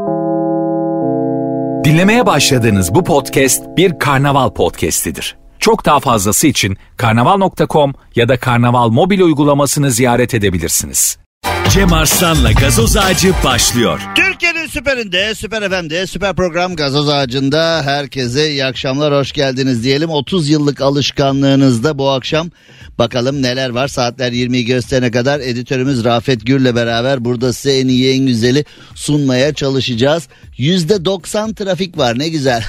Dinlemeye başladığınız bu podcast bir karnaval podcastidir. Çok daha fazlası için karnaval.com ya da karnaval mobil uygulamasını ziyaret edebilirsiniz. Cem Arslan'la Gazoz Ağacı başlıyor. Türkiye'nin süperinde, Süper FM'de, süper program Gazoz Ağacı'nda herkese iyi akşamlar, hoş geldiniz diyelim. 30 yıllık alışkanlığınızda bu akşam bakalım neler var. Saatler 20'yi gösterene kadar editörümüz Rafet Gür'le beraber burada size en iyi, en güzeli sunmaya çalışacağız. %90 trafik var, ne güzel.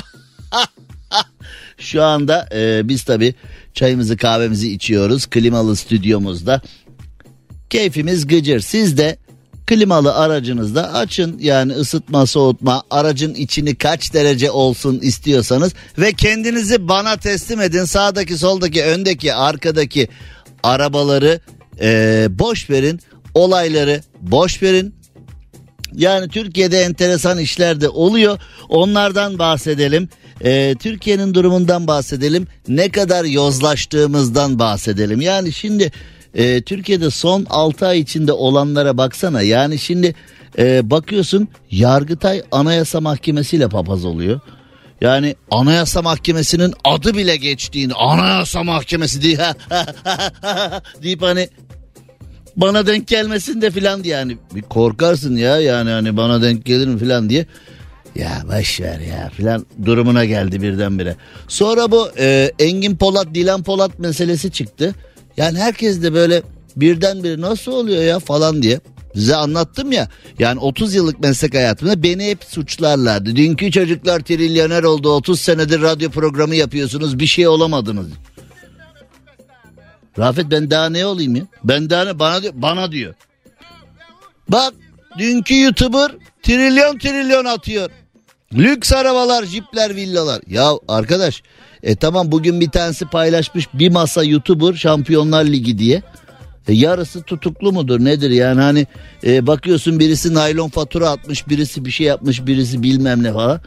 Şu anda biz tabii çayımızı kahvemizi içiyoruz klimalı stüdyomuzda. Keyfimiz gıcır. Siz de klimalı aracınızda açın, yani ısıtma soğutma, aracın içini kaç derece olsun istiyorsanız ve kendinizi bana teslim edin. Sağdaki, soldaki, öndeki, arkadaki arabaları boş verin, olayları boş verin. Yani Türkiye'de enteresan işler de oluyor, onlardan bahsedelim. Türkiye'nin durumundan bahsedelim, ne kadar yozlaştığımızdan bahsedelim. Yani şimdi Türkiye'de son 6 ay içinde olanlara baksana. Yani şimdi bakıyorsun, Yargıtay Anayasa Mahkemesi ile papaz oluyor. Yani Anayasa Mahkemesi'nin adı bile geçtiğini, Anayasa Mahkemesi diye deyip hani bana denk gelmesin de filan diye, yani bir korkarsın ya, yani hani bana denk gelir mi filan diye. Ya boşver ya filan durumuna geldi birdenbire. Sonra bu Engin Polat, Dilan Polat meselesi çıktı. Yani herkes de böyle birdenbire nasıl oluyor ya falan diye. Size anlattım ya, yani 30 yıllık meslek hayatımda beni hep suçlarlardı. Dünkü çocuklar trilyoner oldu, 30 senedir radyo programı yapıyorsunuz, bir şey olamadınız. Rafet, ben daha ne olayım ya? Ben daha ne, bana diyor. Bak, dünkü YouTuber trilyon atıyor. Lüks arabalar, jipler, villalar. Ya arkadaş, tamam, bugün bir tanesi paylaşmış bir masa YouTuber Şampiyonlar Ligi diye. Yarısı tutuklu mudur nedir yani, hani bakıyorsun birisi naylon fatura atmış, birisi bir şey yapmış, birisi bilmem ne falan.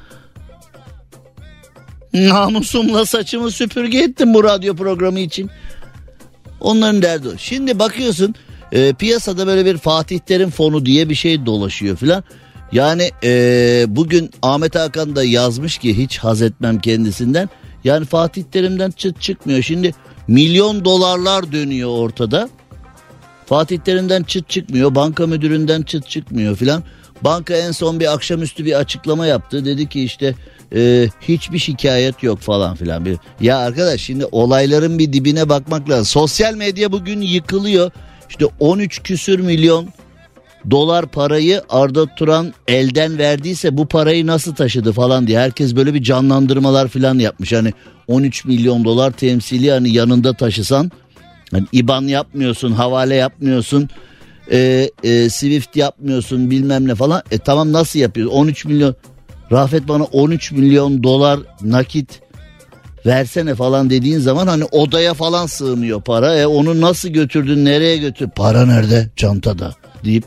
Namusumla saçımı süpürge ettim bu radyo programı için. Onların derdi o. Şimdi bakıyorsun piyasada böyle bir Fatih Terim fonu diye bir şey dolaşıyor filan. Yani bugün Ahmet Hakan da yazmış ki hiç haz etmem kendisinden. Yani Fatih Terim'den çıt çıkmıyor. Şimdi milyon dolarlar dönüyor ortada. Fatih Terim'den çıt çıkmıyor. Banka müdüründen çıt çıkmıyor filan. Banka en son bir akşamüstü bir açıklama yaptı. Dedi ki işte hiçbir şikayet yok falan filan. Ya arkadaş, şimdi olayların bir dibine bakmak lazım. Sosyal medya bugün yıkılıyor. İşte 13 küsür milyon dolar parayı Arda Turan elden verdiyse bu parayı nasıl taşıdı falan diye herkes böyle bir canlandırmalar falan yapmış. Hani 13 milyon dolar temsili, hani yanında taşısan, hani IBAN yapmıyorsun, havale yapmıyorsun, Swift yapmıyorsun, bilmem ne falan. Tamam, nasıl yapıyorsun? 13 milyon, Rafet bana 13 milyon dolar nakit versene falan dediğin zaman hani odaya falan sığmıyor para. Onu nasıl götürdün, nereye götürdün? Para nerede? Çantada deyip,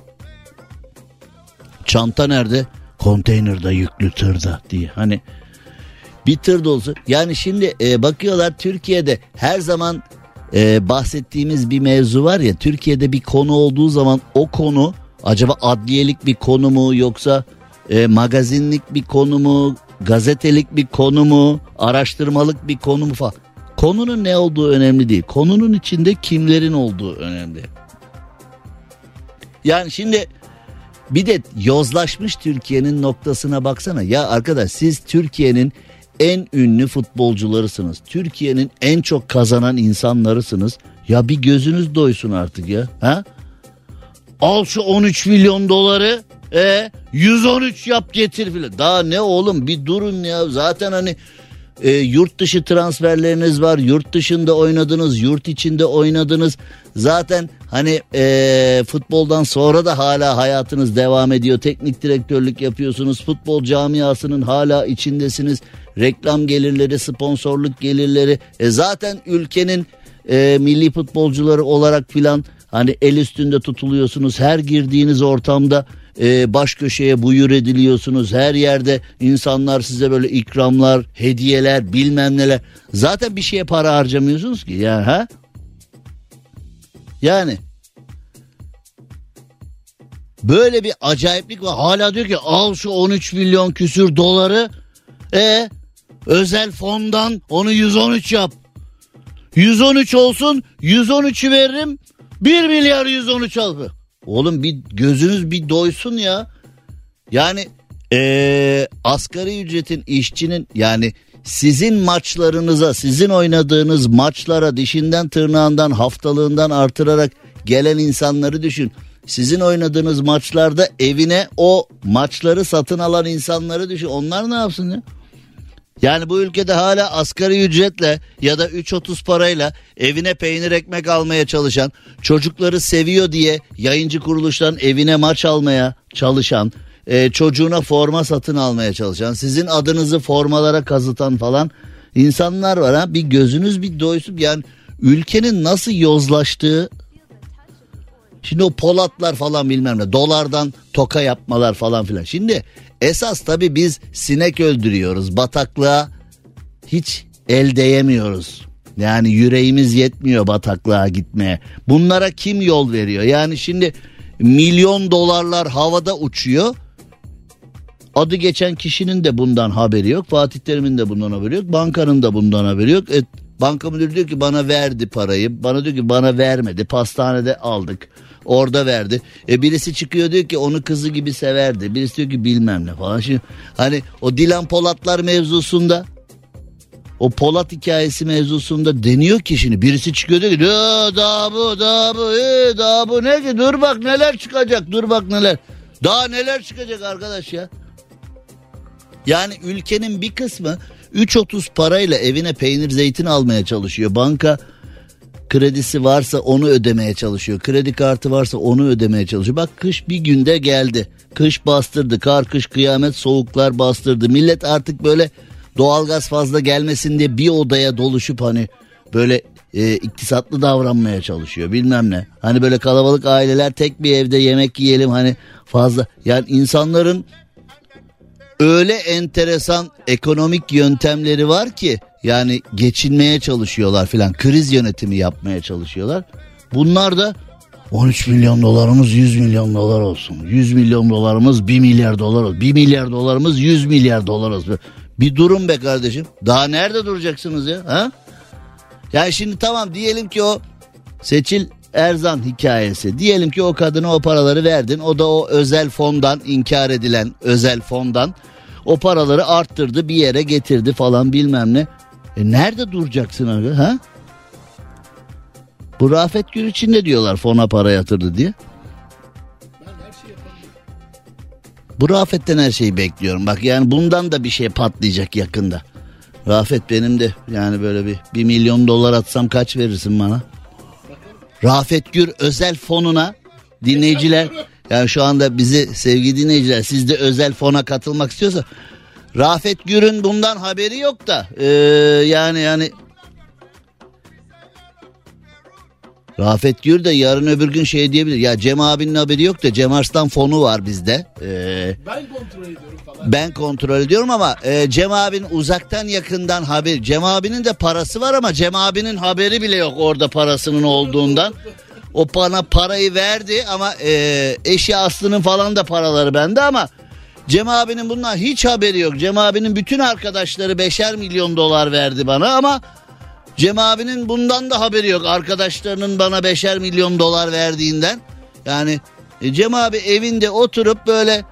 çanta nerede? Konteynerde, yüklü tırda diye. Hani bir tır dolusu. Yani şimdi bakıyorlar, Türkiye'de her zaman bahsettiğimiz bir mevzu var ya, Türkiye'de bir konu olduğu zaman o konu acaba adliyelik bir konu mu, yoksa magazinlik bir konu mu, gazetelik bir konu mu, araştırmalık bir konu mu falan. Konunun ne olduğu önemli değil. Konunun içinde kimlerin olduğu önemli. Yani şimdi bir de yozlaşmış Türkiye'nin noktasına baksana. Ya arkadaş, siz Türkiye'nin en ünlü futbolcularısınız. Türkiye'nin en çok kazanan insanlarısınız. Ya bir gözünüz doysun artık ya. Ha? Al şu 13 milyon doları 113 yap getir filan. Daha ne oğlum, bir durun ya. Zaten hani yurt dışı transferleriniz var. Yurt dışında oynadınız, yurt içinde oynadınız. Zaten hani futboldan sonra da hala hayatınız devam ediyor. Teknik direktörlük yapıyorsunuz. Futbol camiasının hala içindesiniz. Reklam gelirleri, sponsorluk gelirleri. Zaten ülkenin milli futbolcuları olarak filan hani el üstünde tutuluyorsunuz. Her girdiğiniz ortamda baş köşeye buyur ediliyorsunuz. Her yerde insanlar size böyle ikramlar, hediyeler, bilmem neler. Zaten bir şeye para harcamıyorsunuz ki ya, ha? Yani Böyle bir acayiplik var. Hala diyor ki al şu 13 milyon küsür doları özel fondan onu 113 yap. 113 olsun, 113'ü veririm, 1 milyar 113 al. Oğlum bir gözünüz bir doysun ya. Yani asgari ücretin, işçinin, yani sizin maçlarınıza, sizin oynadığınız maçlara dişinden tırnağından, haftalığından artırarak gelen insanları düşün. Sizin oynadığınız maçlarda evine o maçları satın alan insanları düşün. Onlar ne yapsın ya? Yani bu ülkede hala asgari ücretle ya da 3.30 parayla evine peynir ekmek almaya çalışan, çocukları seviyor diye yayıncı kuruluşların evine maç almaya çalışan, çocuğuna forma satın almaya çalışan, sizin adınızı formalara kazıtan falan insanlar var ha. Bir gözünüz bir doysun. Yani ülkenin nasıl yozlaştığı. Şimdi o Polatlar falan bilmem ne, dolardan toka yapmalar falan filan. Şimdi esas tabii biz sinek öldürüyoruz. Bataklığa hiç el değemiyoruz. Yani yüreğimiz yetmiyor bataklığa gitmeye. Bunlara kim yol veriyor? Yani şimdi milyon dolarlar havada uçuyor. Adı geçen kişinin de bundan haberi yok. Fatih Terim'in de bundan haberi yok. Bankanın da bundan haberi yok. Banka müdürü diyor ki bana verdi parayı. Bana diyor ki bana vermedi. Pastanede aldık. Orada verdi. Birisi çıkıyor diyor ki onu kızı gibi severdi. Birisi diyor ki bilmem ne falan. Şimdi hani o Dilan Polatlar mevzusunda, o Polat hikayesi mevzusunda deniyor ki şimdi birisi çıkıyor diyor ki daha bu ne ki, dur bak neler çıkacak, dur bak neler. Daha neler çıkacak arkadaş ya. Yani ülkenin bir kısmı 3.30 parayla evine peynir zeytin almaya çalışıyor. Banka kredisi varsa onu ödemeye çalışıyor. Kredi kartı varsa onu ödemeye çalışıyor. Bak kış bir günde geldi. Kış bastırdı. Kar, kış, kıyamet, soğuklar bastırdı. Millet artık böyle doğalgaz fazla gelmesin diye bir odaya doluşup hani böyle iktisatlı davranmaya çalışıyor. Bilmem ne. Hani böyle kalabalık aileler tek bir evde yemek yiyelim hani fazla. Yani insanların öyle enteresan ekonomik yöntemleri var ki yani geçinmeye çalışıyorlar filan, kriz yönetimi yapmaya çalışıyorlar. Bunlar da 13 milyon dolarımız 100 milyon dolar olsun. 100 milyon dolarımız 1 milyar dolar olsun. 1 milyar dolarımız 100 milyar dolar olsun. Bir durun be kardeşim. Daha nerede duracaksınız ya? Ha? Yani şimdi tamam diyelim ki o Seçil Erzan hikayesi. Diyelim ki o kadına o paraları verdin. O da o özel fondan, inkar edilen özel fondan o paraları arttırdı, bir yere getirdi falan bilmem ne. Nerede duracaksın abi? Ha? Bu Rafet Gür için de diyorlar fona para yatırdı diye. Bu Rafet'ten her şeyi bekliyorum. Bak yani bundan da bir şey patlayacak yakında. Rafet benim de yani böyle bir 1 milyon dolar atsam kaç verirsin bana? Rafet Gür özel fonuna dinleyiciler, yani şu anda bizi sevgili dinleyiciler, siz de özel fona katılmak istiyorsa Rafet Gür'ün bundan haberi yok da yani Rafet Gür de yarın öbür gün şey diyebilir. Ya Cem abinin haberi yok da Cem Arslan fonu var bizde. Ben kontrol ediyorum falan. Ben kontrol ediyorum ama Cem abinin uzaktan yakından haber. Cem abinin de parası var ama Cem abinin haberi bile yok orada parasının olduğundan. O bana parayı verdi ama eşi Aslı'nın falan da paraları bende ama Cem abinin bundan hiç haberi yok. Cem abinin bütün arkadaşları 5'er milyon dolar verdi bana ama Cem abinin bundan da haberi yok. Arkadaşlarının bana 5'er milyon dolar verdiğinden. Yani Cem abi evinde oturup böyle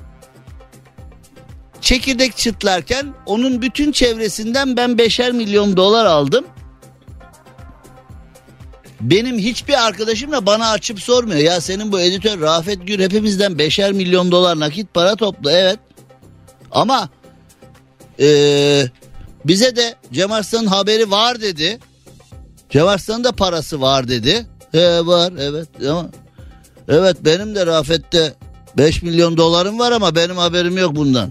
çekirdek çıtlarken onun bütün çevresinden ben 5'er milyon dolar aldım. Benim hiçbir arkadaşım da bana açıp sormuyor. Ya senin bu editör Rafet Gür hepimizden 5'er milyon dolar nakit para toplu. Evet. Ama bize de Cem Arslan'ın haberi var dedi. Cem Arslan'ın da parası var dedi. Var evet. Ama, evet benim de Rafet'te 5 milyon dolarım var ama benim haberim yok bundan.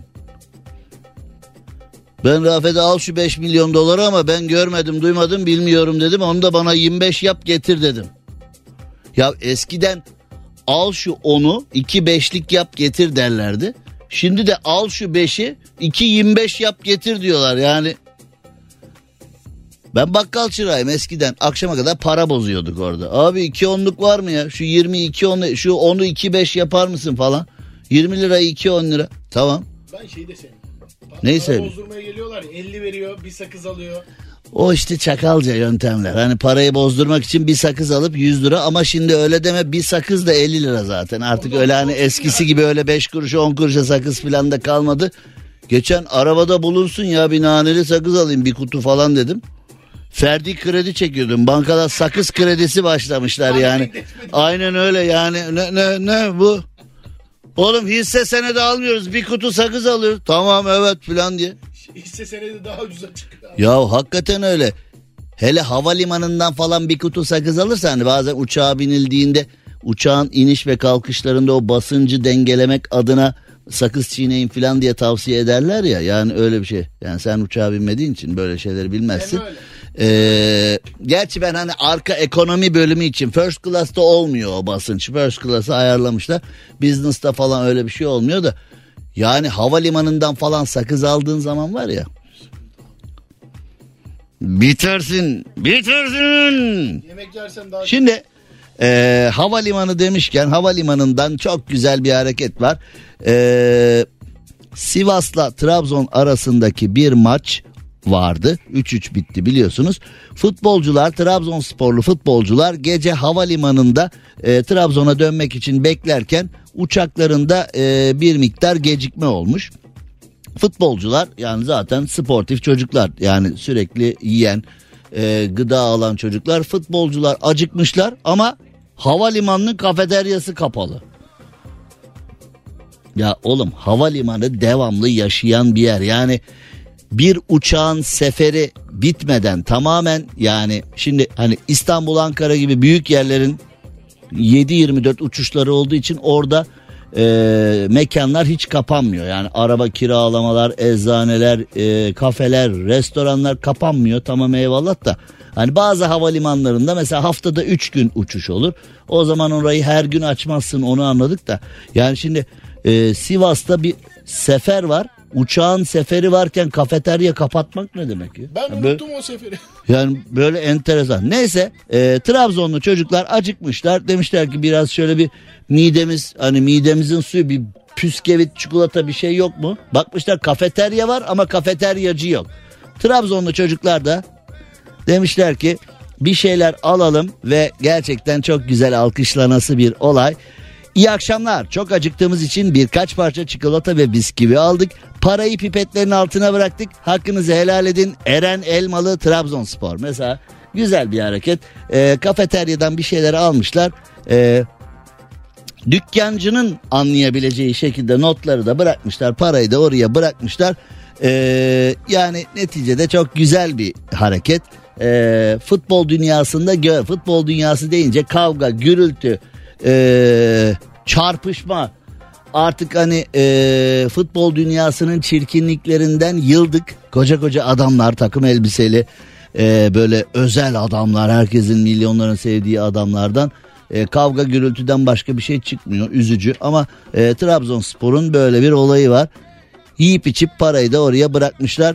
Ben Rafet'e al şu 5 milyon doları ama ben görmedim, duymadım, bilmiyorum dedim. Onu da bana 25 yap getir dedim. Ya eskiden al şu 10'u 2-5'lik yap getir derlerdi. Şimdi de al şu 5'i 2-25 yap getir diyorlar yani. Ben bakkal çırağıyım eskiden. Akşama kadar para bozuyorduk orada. Abi 2 onluk var mı ya? Şu 20 2 10, şu 10'u 2 5 yapar mısın falan? 20 lirayı 2 10 lira. Tamam. Ben şeyi de sevmiyorum. Neyse. Para bozdurmaya geliyorlar ya, 50 veriyor, bir sakız alıyor. O işte çakalca yöntemler. Hani parayı bozdurmak için bir sakız alıp 100 lira ama şimdi öyle deme, bir sakız da 50 lira zaten. Artık öyle hani eskisi gibi öyle 5 kuruşa 10 kuruşa sakız falan da kalmadı. Geçen arabada bulunsun ya, bir naneli sakız alayım bir kutu falan dedim. Ferdi kredi çekiyordum. Bankada sakız kredisi başlamışlar yani. Aynen öyle yani. Ne bu? Oğlum hisse senedi almıyoruz, bir kutu sakız alıyoruz. Tamam evet falan diye. Hisse senedi daha ucuza çıkıyor. Ya hakikaten öyle. Hele havalimanından falan bir kutu sakız alırsa, hani bazen uçağa binildiğinde uçağın iniş ve kalkışlarında o basıncı dengelemek adına sakız çiğneyin falan diye tavsiye ederler ya. Yani öyle bir şey. Yani sen uçağa binmediğin için böyle şeyleri bilmezsin. Gerçi ben hani arka ekonomi bölümü için first class'ta olmuyor o basınç. First class'ı ayarlamışlar. Business'ta falan öyle bir şey olmuyor da. Yani havalimanından falan sakız aldığın zaman var ya. Bitersin. Yemek yersen daha... Şimdi havalimanı demişken, havalimanından çok güzel bir hareket var. Sivas'la Trabzon arasındaki bir maç vardı. 3-3 bitti biliyorsunuz. Futbolcular, Trabzonsporlu futbolcular gece havalimanında Trabzon'a dönmek için beklerken uçaklarında bir miktar gecikme olmuş. Futbolcular yani zaten sportif çocuklar, yani sürekli yiyen, gıda alan çocuklar. Futbolcular acıkmışlar ama havalimanının kafeteryası kapalı. Ya oğlum, havalimanı devamlı yaşayan bir yer. Yani bir uçağın seferi bitmeden tamamen, yani şimdi hani İstanbul, Ankara gibi büyük yerlerin 7/24 uçuşları olduğu için orada mekanlar hiç kapanmıyor. Yani araba kiralamalar, eczaneler, kafeler, restoranlar kapanmıyor. Tamam eyvallah da hani bazı havalimanlarında mesela haftada 3 gün uçuş olur. O zaman orayı her gün açmazsın, onu anladık da. Yani şimdi Sivas'ta bir sefer var. Uçağın seferi varken kafeterya kapatmak ne demek ya? Ben unuttum o seferi. Yani böyle enteresan. Neyse, Trabzonlu çocuklar acıkmışlar. Demişler ki biraz şöyle bir midemizin suyu, bir püskevit, çikolata bir şey yok mu? Bakmışlar kafeterya var ama kafeteryacı yok. Trabzonlu çocuklar da demişler ki bir şeyler alalım ve gerçekten çok güzel alkışlanası bir olay. İyi akşamlar. Çok acıktığımız için birkaç parça çikolata ve bisküvi aldık. Parayı pipetlerin altına bıraktık. Hakkınızı helal edin. Eren Elmalı, Trabzonspor. Mesela güzel bir hareket. Kafeteryadan bir şeyler almışlar. Dükkancının anlayabileceği şekilde notları da bırakmışlar. Parayı da oraya bırakmışlar. Yani neticede çok güzel bir hareket. Futbol dünyasında futbol dünyası deyince kavga, gürültü, çarpışma, artık hani futbol dünyasının çirkinliklerinden yıldık. Koca koca adamlar, takım elbiseli, böyle özel adamlar, herkesin, milyonların sevdiği adamlardan kavga gürültüden başka bir şey çıkmıyor. Üzücü ama Trabzonspor'un böyle bir olayı var. Yiyip içip parayı da oraya bırakmışlar.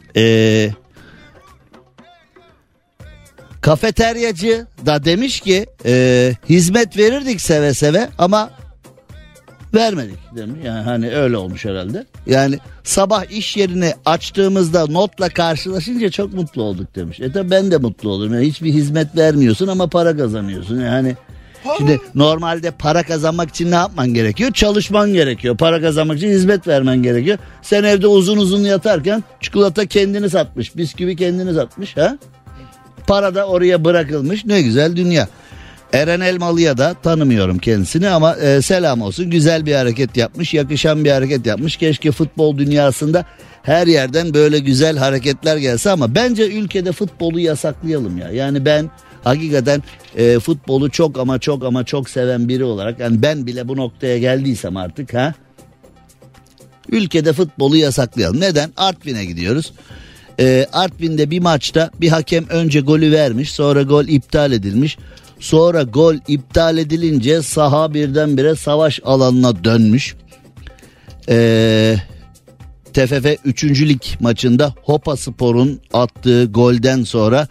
Kafeteryacı da demiş ki hizmet verirdik seve seve ama vermedik demiş. Yani hani öyle olmuş herhalde. Yani sabah iş yerini açtığımızda notla karşılaşınca çok mutlu olduk demiş. Tabi ben de mutlu olurum. Yani hiçbir hizmet vermiyorsun ama para kazanıyorsun. Yani şimdi normalde para kazanmak için ne yapman gerekiyor? Çalışman gerekiyor. Para kazanmak için hizmet vermen gerekiyor. Sen evde uzun uzun yatarken çikolata kendini satmış, bisküvi kendini satmış, ha? Para da oraya bırakılmış. Ne güzel dünya. Eren Elmalı'ya da tanımıyorum kendisini ama selam olsun. Güzel bir hareket yapmış, yakışan bir hareket yapmış. Keşke futbol dünyasında her yerden böyle güzel hareketler gelse ama bence ülkede futbolu yasaklayalım ya. Yani ben hakikaten futbolu çok ama çok seven biri olarak, yani ben bile bu noktaya geldiysem artık, ha, ülkede futbolu yasaklayalım. Neden? Artvin'e gidiyoruz. Artvin'de bir maçta bir hakem önce golü vermiş, sonra gol iptal edilmiş. Sonra gol iptal edilince saha birdenbire savaş alanına dönmüş. TFF 3. Lig maçında Hopaspor'un attığı golden sonra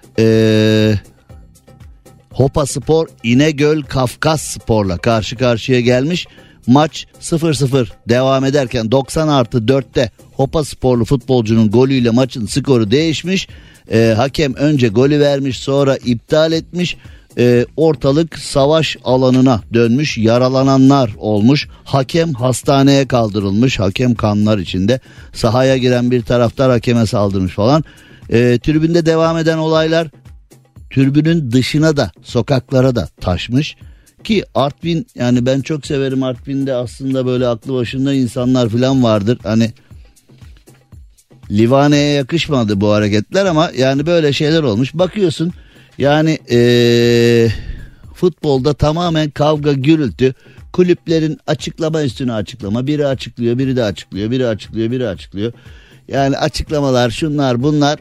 Hopaspor İnegöl Kafkasspor'la karşı karşıya gelmiş. Maç 0-0 devam ederken 90+4'te Hopasporlu futbolcunun golüyle maçın skoru değişmiş. Hakem önce golü vermiş, sonra iptal etmiş. Ortalık savaş alanına dönmüş, yaralananlar olmuş, hakem hastaneye kaldırılmış, hakem kanlar içinde, sahaya giren bir taraftar hakeme saldırmış falan. Tribünde devam eden olaylar tribünün dışına da, sokaklara da taşmış ki Artvin, yani ben çok severim Artvin'de, aslında böyle aklı başında insanlar falan vardır. Hani Livane'ye yakışmadı bu hareketler ama yani böyle şeyler olmuş. Bakıyorsun yani futbolda tamamen kavga, gürültü, kulüplerin açıklama üstüne açıklama, biri açıklıyor, biri de açıklıyor, biri açıklıyor, biri açıklıyor. Yani açıklamalar, şunlar bunlar,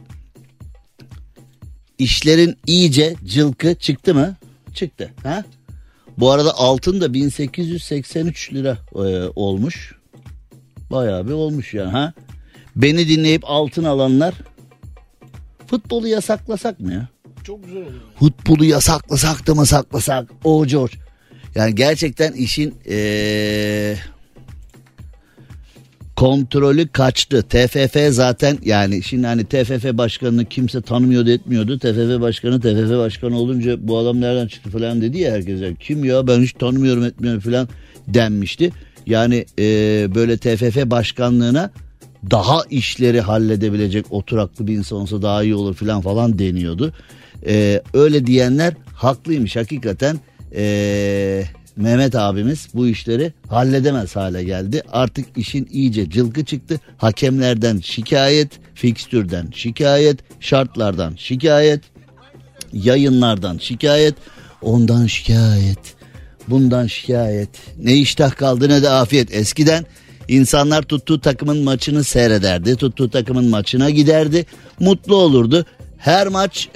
işlerin iyice cılkı çıktı mı? Çıktı. Ha? Bu arada altın da 1883 lira olmuş. Bayağı bir olmuş yani. Ha? Beni dinleyip altın alanlar, futbolu yasaklasak mı ya? Çok güzel oluyor. Futbolu yasaklasak da mı saklasak? O George. Yani gerçekten işin kontrolü kaçtı. TFF zaten, yani şimdi hani TFF başkanını kimse tanımıyordu, etmiyordu. TFF başkanı olunca bu adam nereden çıktı falan dedi ya herkes. Kim ya, ben hiç tanımıyorum, etmiyorum falan denmişti. Yani böyle TFF başkanlığına daha işleri halledebilecek oturaklı bir insan olsa daha iyi olur falan deniyordu. Öyle diyenler haklıymış hakikaten. Mehmet abimiz bu işleri halledemez hale geldi. Artık işin iyice cılkı çıktı. Hakemlerden şikayet, fikstürden şikayet, şartlardan şikayet, yayınlardan şikayet, ondan şikayet, bundan şikayet. Ne iştah kaldı ne de afiyet. Eskiden insanlar tuttuğu takımın maçını seyrederdi. Tuttuğu takımın maçına giderdi. Mutlu olurdu. Her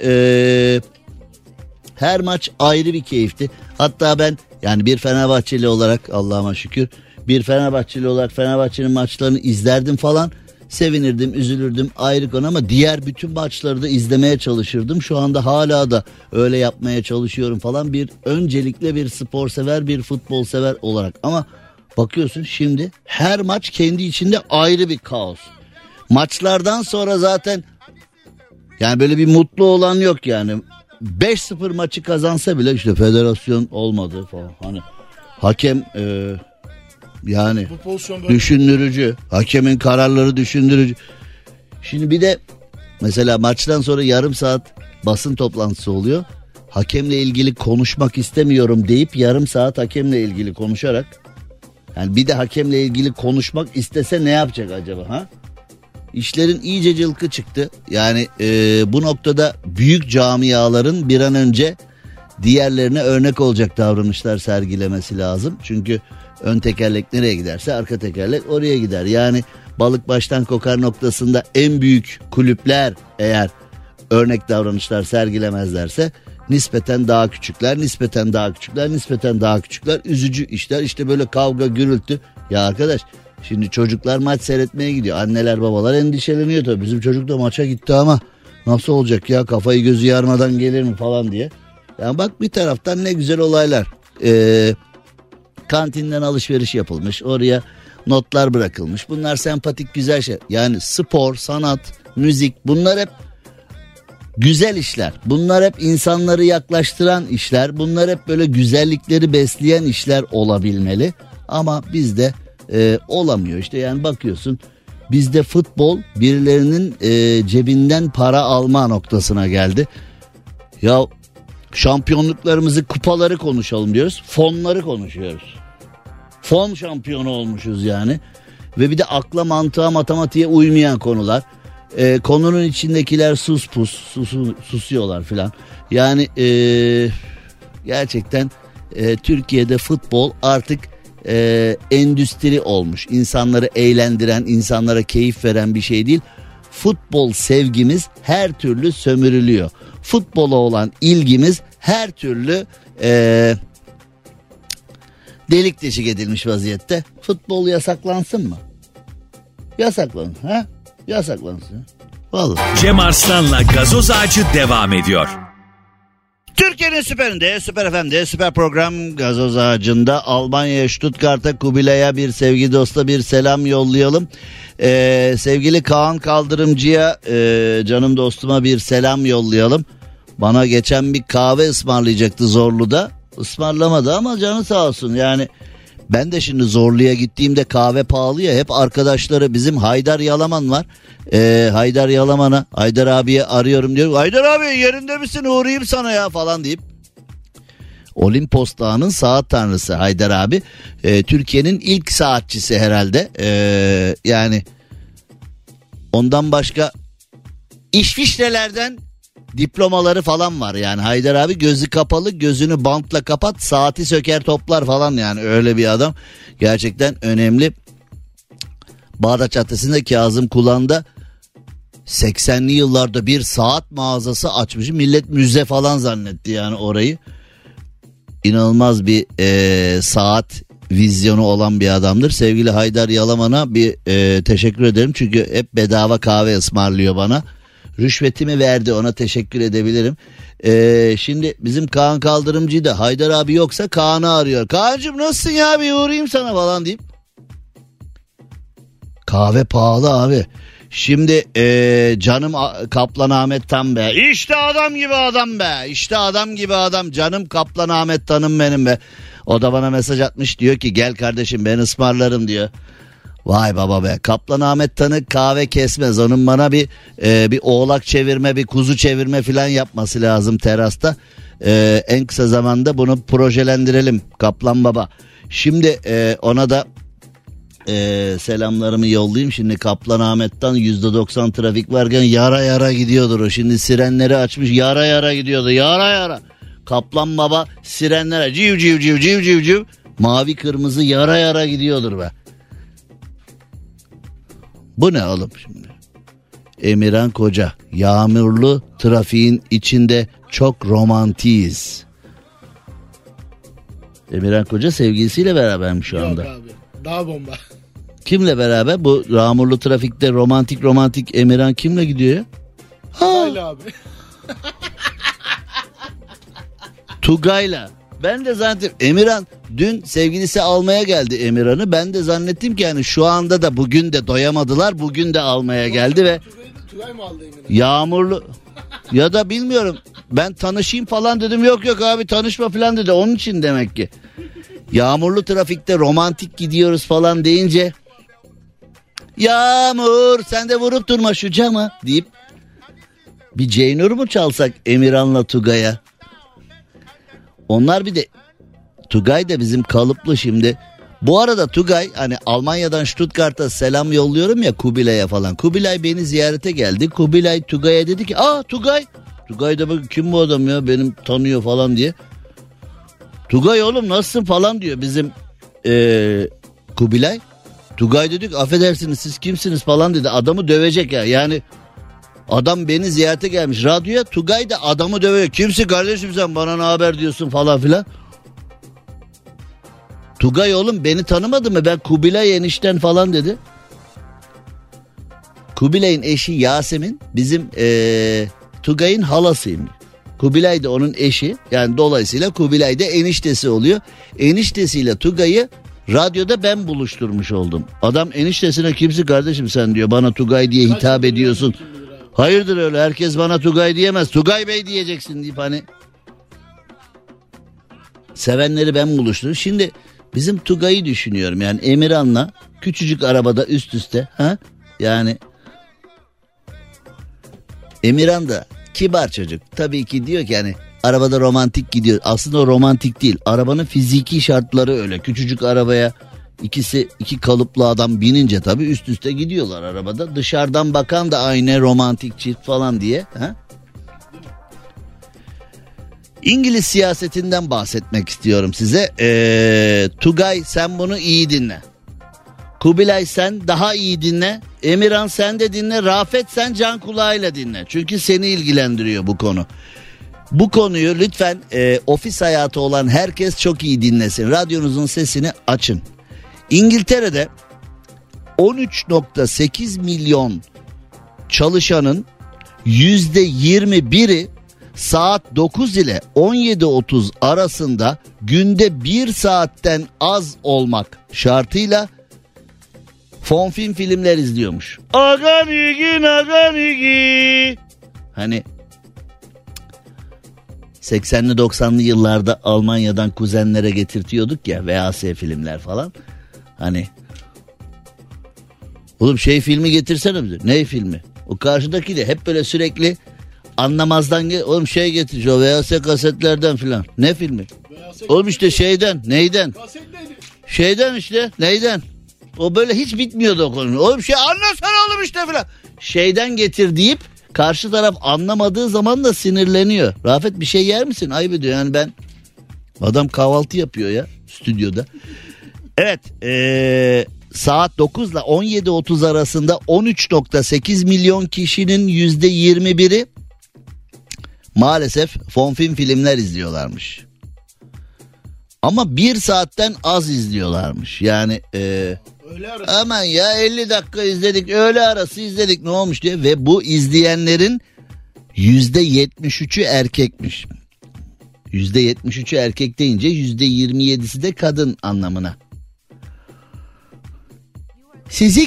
maç ayrı bir keyifti. Hatta ben, yani bir Fenerbahçeli olarak, Allah'ıma şükür, bir Fenerbahçeli olarak Fenerbahçe'nin maçlarını izlerdim falan. Sevinirdim, üzülürdüm, ayrı konu, ama diğer bütün maçları da izlemeye çalışırdım. Şu anda hala da öyle yapmaya çalışıyorum falan. Öncelikle bir spor sever, bir futbol sever olarak. Ama bakıyorsun şimdi her maç kendi içinde ayrı bir kaos. Maçlardan sonra zaten yani böyle bir mutlu olan yok yani. 5-0 maçı kazansa bile işte federasyon olmadı falan. Hani hakem yani düşündürücü. Hakemin kararları düşündürücü. Şimdi bir de mesela maçtan sonra yarım saat basın toplantısı oluyor. Hakemle ilgili konuşmak istemiyorum deyip yarım saat hakemle ilgili konuşarak, yani bir de hakemle ilgili konuşmak istese ne yapacak acaba, ha? İşlerin iyice cılkı çıktı. Yani bu noktada büyük camiaların bir an önce diğerlerine örnek olacak davranışlar sergilemesi lazım. Çünkü ön tekerlek nereye giderse arka tekerlek oraya gider. Yani balık baştan kokar noktasında en büyük kulüpler eğer örnek davranışlar sergilemezlerse nispeten daha küçükler, üzücü işler. İşte böyle kavga, gürültü. Ya arkadaş, şimdi çocuklar maç seyretmeye gidiyor. Anneler babalar endişeleniyor tabii. Bizim çocuk da maça gitti ama nasıl olacak ya, kafayı gözü yarmadan gelir mi falan diye. Yani bak, bir taraftan ne güzel olaylar. Kantinden alışveriş yapılmış. Oraya notlar bırakılmış. Bunlar sempatik, güzel şey. Yani spor, sanat, müzik, bunlar hep güzel işler. Bunlar hep insanları yaklaştıran işler. Bunlar hep böyle güzellikleri besleyen işler olabilmeli. Ama bizde olamıyor işte. Yani bakıyorsun, bizde futbol birilerinin cebinden para alma noktasına geldi. Ya şampiyonluklarımızı, kupaları konuşalım diyoruz. Fonları konuşuyoruz. Fon şampiyonu olmuşuz yani. Ve bir de akla, mantığa, matematiğe uymayan konular. Konunun içindekiler susuyorlar filan. Yani gerçekten Türkiye'de futbol artık endüstri olmuş. İnsanları eğlendiren, insanlara keyif veren bir şey değil. Futbol sevgimiz her türlü sömürülüyor. Futbola olan ilgimiz her türlü delik deşik edilmiş vaziyette. Futbol yasaklansın mı? Yasaklansın. Ha? Yasaklansın. Vallahi. Cem Arslan'la Gazoz Ağacı devam ediyor. Türkiye'nin süperinde, Süper FM'de, süper program Gazoz Ağacı'nda Almanya Stuttgart'a Kubilay'a bir sevgi dosta bir selam yollayalım. Sevgili Kaan Kaldırımcı'ya canım dostuma bir selam yollayalım. Bana geçen bir kahve ısmarlayacaktı Zorlu'da. Ismarlamadı ama canı sağ olsun. Yani ben de şimdi Zorlu'ya gittiğimde kahve pahalı ya, hep arkadaşları, bizim Haydar Yalaman var. Haydar Yalaman'a, Haydar abiye arıyorum diyor. Haydar abi yerinde misin, uğrayayım sana ya falan deyip. Olimpos Dağı'nın saat tanrısı Haydar abi. Türkiye'nin ilk saatçisi herhalde. Yani ondan başka İsviçre'lerden diplomaları falan var yani. Haydar abi gözü kapalı, gözünü bantla kapat, saati söker toplar falan, yani öyle bir adam. Gerçekten önemli. Bağdat Caddesi'nde Kazım Kulağı'nda 80'li yıllarda bir saat mağazası açmış. Millet müze falan zannetti yani orayı. İnanılmaz bir saat vizyonu olan bir adamdır. Sevgili Haydar Yalaman'a bir teşekkür ederim. Çünkü hep bedava kahve ısmarlıyor bana. Rüşvetimi verdi, ona teşekkür edebilirim. Şimdi bizim Kaan Kaldırımcı da Haydar abi yoksa Kaan'ı arıyor. Kaan'cığım nasılsın ya, bir uğrayayım sana falan deyip. Kahve pahalı abi. Şimdi canım Kaplan Ahmet Tan be. İşte adam gibi adam be. İşte adam gibi adam. Canım Kaplan Ahmet Tan'ım benim be. O da bana mesaj atmış, diyor ki gel kardeşim ben ısmarlarım diyor. Vay baba be. Kaplan Ahmet Tan'ı kahve kesmez. Onun bana bir oğlak çevirme, bir kuzu çevirme falan yapması lazım terasta. En kısa zamanda bunu projelendirelim Kaplan baba. Şimdi ona da selamlarımı yollayayım. Şimdi Kaplan Ahmet'ten %90 trafik varken yara yara gidiyordur o. Şimdi sirenleri açmış, yara yara gidiyordu. Yara yara. Kaplan baba sirenlere civ civ civ civ civ civ. Mavi kırmızı yara yara gidiyordur be. Bu ne oğlum şimdi? Emirhan Koca, yağmurlu trafiğin içinde çok romantiyiz. Emirhan Koca sevgilisiyle berabermiş şu anda. Yok abi, daha bomba. Kimle beraber? Bu yağmurlu trafikte romantik Emirhan kimle gidiyor ya? Tugay'la abi. Tugay'la. Ben de zannettim Emirhan dün sevgilisi almaya geldi Emirhan'ı. Ben de zannettim ki yani şu anda da bugün de doyamadılar. Bugün de almaya geldi ve Tugay mı aldı Emirhan? yağmurlu ya da bilmiyorum, ben tanışayım falan dedim. Yok abi tanışma falan dedi. Onun için demek ki. Yağmurlu trafikte romantik gidiyoruz falan deyince Yağmur sen de vurup durma şu cama deyip bir Ceynur mu çalsak Emirhan'la Tugay'a? Onlar bir de Tugay da bizim kalıplı şimdi. Bu arada Tugay, hani Almanya'dan Stuttgart'a selam yolluyorum ya Kubilay'a falan. Kubilay beni ziyarete geldi. Kubilay Tugay'a dedi ki Tugay. Tugay da bak kim bu adam ya, benim tanıyor falan diye. Tugay oğlum nasılsın falan diyor bizim Kubilay. Tugay dedik affedersiniz siz kimsiniz falan dedi. Adamı dövecek ya, yani adam beni ziyarete gelmiş radyoya. Tugay da adamı dövüyor. Kimsin kardeşim sen, bana ne haber diyorsun falan filan. Tugay oğlum beni tanımadı mı, ben Kubilay enişten falan dedi. Kubilay'ın eşi Yasemin bizim Tugay'ın halasıymış. Kubilay da onun eşi, yani dolayısıyla Kubilay da eniştesi oluyor. Eniştesiyle Tugay'ı radyoda ben buluşturmuş oldum. Adam eniştesine kimsin kardeşim sen diyor, bana Tugay diye hitap ediyorsun. Hayırdır öyle, herkes bana Tugay diyemez, Tugay Bey diyeceksin deyip hani sevenleri ben buluşturdum. Şimdi bizim Tugay'ı düşünüyorum yani Emirhan'la küçücük arabada üst üste yani Emirhan da kibar çocuk tabii ki, diyor ki yani arabada romantik gidiyor. Aslında o romantik değil, arabanın fiziki şartları öyle. Küçücük arabaya iki kalıplı adam binince tabii üst üste gidiyorlar arabada. Dışarıdan bakan da aynı romantik çift falan diye. İngiliz siyasetinden bahsetmek istiyorum size. Tugay sen bunu iyi dinle. Kubilay sen daha iyi dinle. Emirhan sen de dinle. Rafet sen can kulağıyla dinle. Çünkü seni ilgilendiriyor bu konu. Bu konuyu lütfen ofis hayatı olan herkes çok iyi dinlesin. Radyonuzun sesini açın. İngiltere'de 13.8 milyon çalışanın %21'i saat 9 ile 17.30 arasında günde 1 saatten az olmak şartıyla fon filmler izliyormuş. Aganigi. Hani 80'li 90'lı yıllarda Almanya'dan kuzenlere getirtiyorduk ya VHS filmler falan. Hani oğlum filmi getirsene bize. Ne filmi? O karşıdaki de hep böyle sürekli anlamazdan oğlum getir o VHS kasetlerden filan. Ne filmi? Oğlum işte neyden? Şeyden işte neyden? O böyle hiç bitmiyordu o konu. Oğlum anlasana oğlum işte filan. Şeyden getir deyip karşı taraf anlamadığı zaman da sinirleniyor. Rafet bir şey yer misin? Ayıp ediyor yani adam kahvaltı yapıyor ya stüdyoda. Evet saat 9 ile 17.30 arasında 13.8 milyon kişinin %21'i maalesef fon filmler izliyorlarmış. Ama 1 saatten az izliyorlarmış. Yani aman ya 50 dakika izledik, öğle arası izledik, ne olmuş diye. Ve bu izleyenlerin %73'ü erkekmiş. %73'ü erkek deyince %27'si de kadın anlamına. Sizi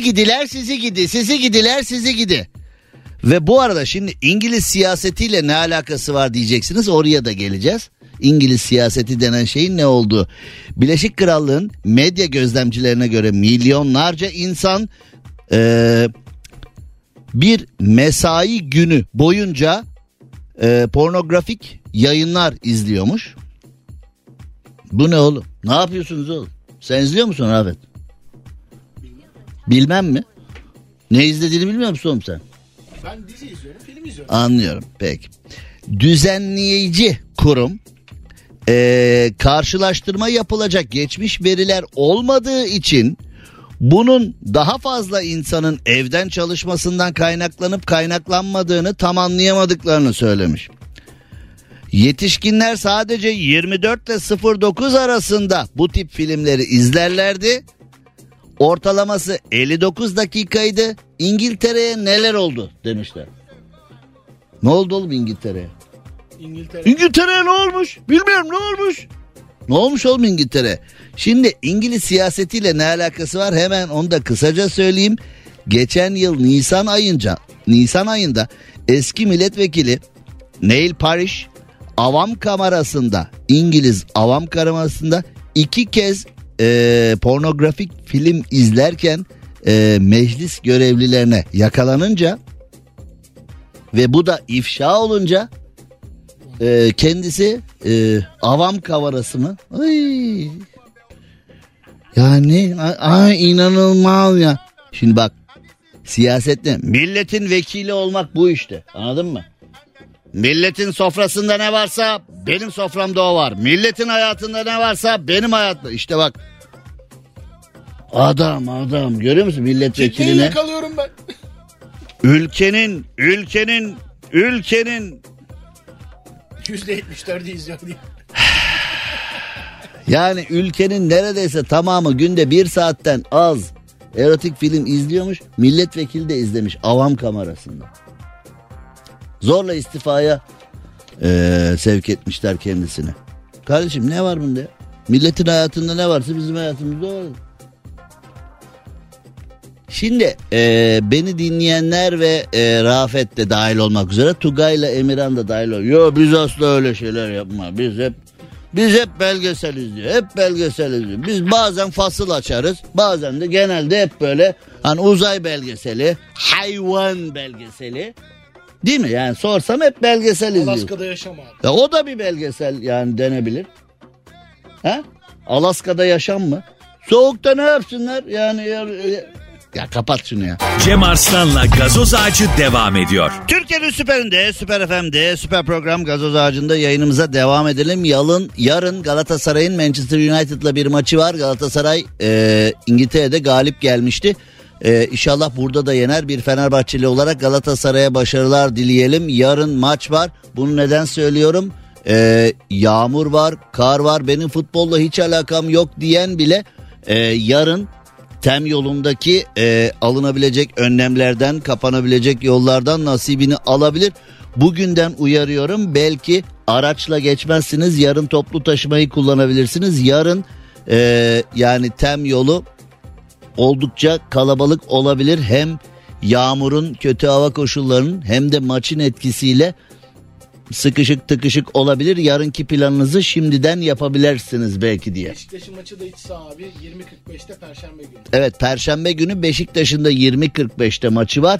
gidi. Ve bu arada şimdi İngiliz siyasetiyle ne alakası var diyeceksiniz, oraya da geleceğiz. İngiliz siyaseti denen şeyin ne olduğu. Birleşik Krallığın medya gözlemcilerine göre milyonlarca insan bir mesai günü boyunca pornografik yayınlar izliyormuş. Bu ne oğlum? Ne yapıyorsunuz oğlum? Sen izliyor musun Rafet? Bilmem mi? Ne izlediğini bilmiyor musun oğlum sen? Ben dizi izliyorum, film izliyorum. Anlıyorum, peki. Düzenleyici kurum karşılaştırma yapılacak geçmiş veriler olmadığı için bunun daha fazla insanın evden çalışmasından kaynaklanıp kaynaklanmadığını tam anlayamadıklarını söylemiş. Yetişkinler sadece 24 ile 09 arasında bu tip filmleri izlerlerdi. Ortalaması 59 dakikaydı. İngiltere'ye neler oldu demişler. Ne oldu oğlum İngiltere'ye? İngiltere'ye ne olmuş? Bilmiyorum, ne olmuş? Ne olmuş oğlum İngiltere? Şimdi İngiliz siyasetiyle ne alakası var? Hemen onu da kısaca söyleyeyim. Geçen yıl Nisan ayında eski milletvekili Neil Parish İngiliz Avam Kamerası'nda 2 kez pornografik film izlerken meclis görevlilerine yakalanınca ve bu da ifşa olunca kendisi Avam Kamerası mı? Ay. Yani inanılmaz ya. Şimdi bak, siyasette milletin vekili olmak bu işte, anladın mı? Milletin sofrasında ne varsa benim soframda o var. Milletin hayatında ne varsa benim hayatımda. İşte bak. Adam görüyor musun milletvekiline? Ciddiyle kalıyorum ben. Ülkenin %74'ü izliyor diye. Yani ülkenin neredeyse tamamı günde 1 saatten az erotik film izliyormuş. Milletvekili de izlemiş Avam Kamerası'nda. Zorla istifaya sevk etmişler kendisini. Kardeşim ne var bunda ya? Milletin hayatında ne varsa bizim hayatımızda var. Şimdi beni dinleyenler ve Rafet de dahil olmak üzere, Tugay'la Emirhan da dahil oluyor. Yo, biz asla öyle şeyler yapma. Biz hep belgesel izliyor. Biz bazen fasıl açarız. Bazen de genelde hep böyle hani uzay belgeseli, hayvan belgeseli. Değil mi? Yani sorsam hep belgesel izliyor. Alaska'da yaşam abi. Ya o da bir belgesel yani, denebilir. Ha? Alaska'da yaşam mı? Soğukta ne yapsınlar? Yani ya kapat şunu ya. Cem Arslan'la Gazoz Ağacı devam ediyor. Türkiye'nin süperinde, Süper FM'de, süper program Gazoz Ağacı'nda yayınımıza devam edelim. Yarın Galatasaray'ın Manchester United'la bir maçı var. Galatasaray İngiltere'de galip gelmişti. İnşallah burada da yener. Bir Fenerbahçeli olarak Galatasaray'a başarılar dileyelim. Yarın maç var. Bunu neden söylüyorum? Yağmur var, kar var. Benim futbolla hiç alakam yok diyen bile yarın TEM yolundaki alınabilecek önlemlerden, kapanabilecek yollardan nasibini alabilir. Bugünden uyarıyorum, belki araçla geçmezsiniz, yarın toplu taşımayı kullanabilirsiniz. Yarın yani TEM yolu oldukça kalabalık olabilir. Hem yağmurun, kötü hava koşullarının hem de maçın etkisiyle sıkışık tıkışık olabilir. Yarınki planınızı şimdiden yapabilirsiniz belki diye. Beşiktaş'ın maçı da iç saha abi 20.45'te Perşembe günü. Evet, Perşembe günü Beşiktaş'ın da 20.45'te maçı var.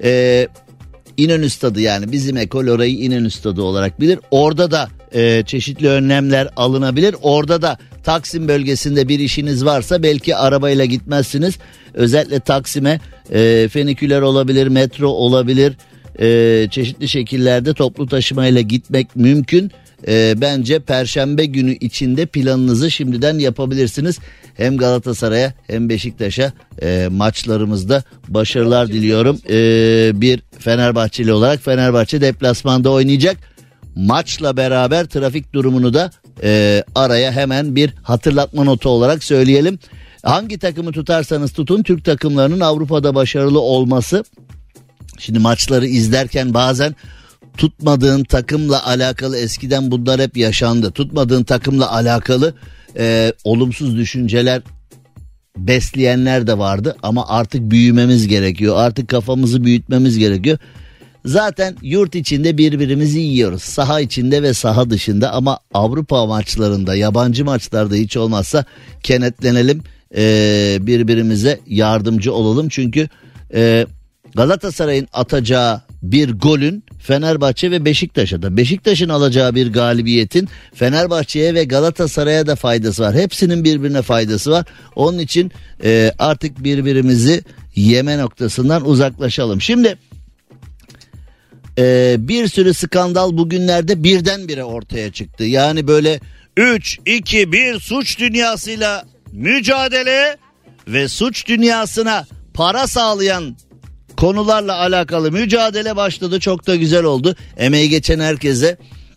İnönü Stadı, yani bizim ekol orayı İnönü Stadı olarak bilir. Orada da çeşitli önlemler alınabilir. Orada da Taksim bölgesinde bir işiniz varsa belki arabayla gitmezsiniz. Özellikle Taksim'e feniküler olabilir, metro olabilir. Çeşitli şekillerde toplu taşımayla gitmek mümkün. Bence Perşembe günü içinde planınızı şimdiden yapabilirsiniz. Hem Galatasaray'a hem Beşiktaş'a maçlarımızda başarılar diliyorum. Bir Fenerbahçeli olarak Fenerbahçe deplasmanda oynayacak. Maçla beraber trafik durumunu da araya hemen bir hatırlatma notu olarak söyleyelim. Hangi takımı tutarsanız tutun, Türk takımlarının Avrupa'da başarılı olması. Şimdi maçları izlerken bazen tutmadığın takımla alakalı, eskiden bunlar hep yaşandı. Tutmadığın takımla alakalı olumsuz düşünceler besleyenler de vardı. Ama artık büyümemiz gerekiyor. Artık kafamızı büyütmemiz gerekiyor. Zaten yurt içinde birbirimizi yiyoruz. Saha içinde ve saha dışında, ama Avrupa maçlarında, yabancı maçlarda hiç olmazsa kenetlenelim. Birbirimize yardımcı olalım. Çünkü Galatasaray'ın atacağı bir golün Fenerbahçe ve Beşiktaş'a da, Beşiktaş'ın alacağı bir galibiyetin Fenerbahçe'ye ve Galatasaray'a da faydası var. Hepsinin birbirine faydası var. Onun için artık birbirimizi yeme noktasından uzaklaşalım. Şimdi bir sürü skandal bugünlerde birdenbire ortaya çıktı. Yani böyle 3-2-1 suç dünyasıyla mücadele ve suç dünyasına para sağlayan konularla alakalı mücadele başladı. Çok da güzel oldu. Emeği geçen herkese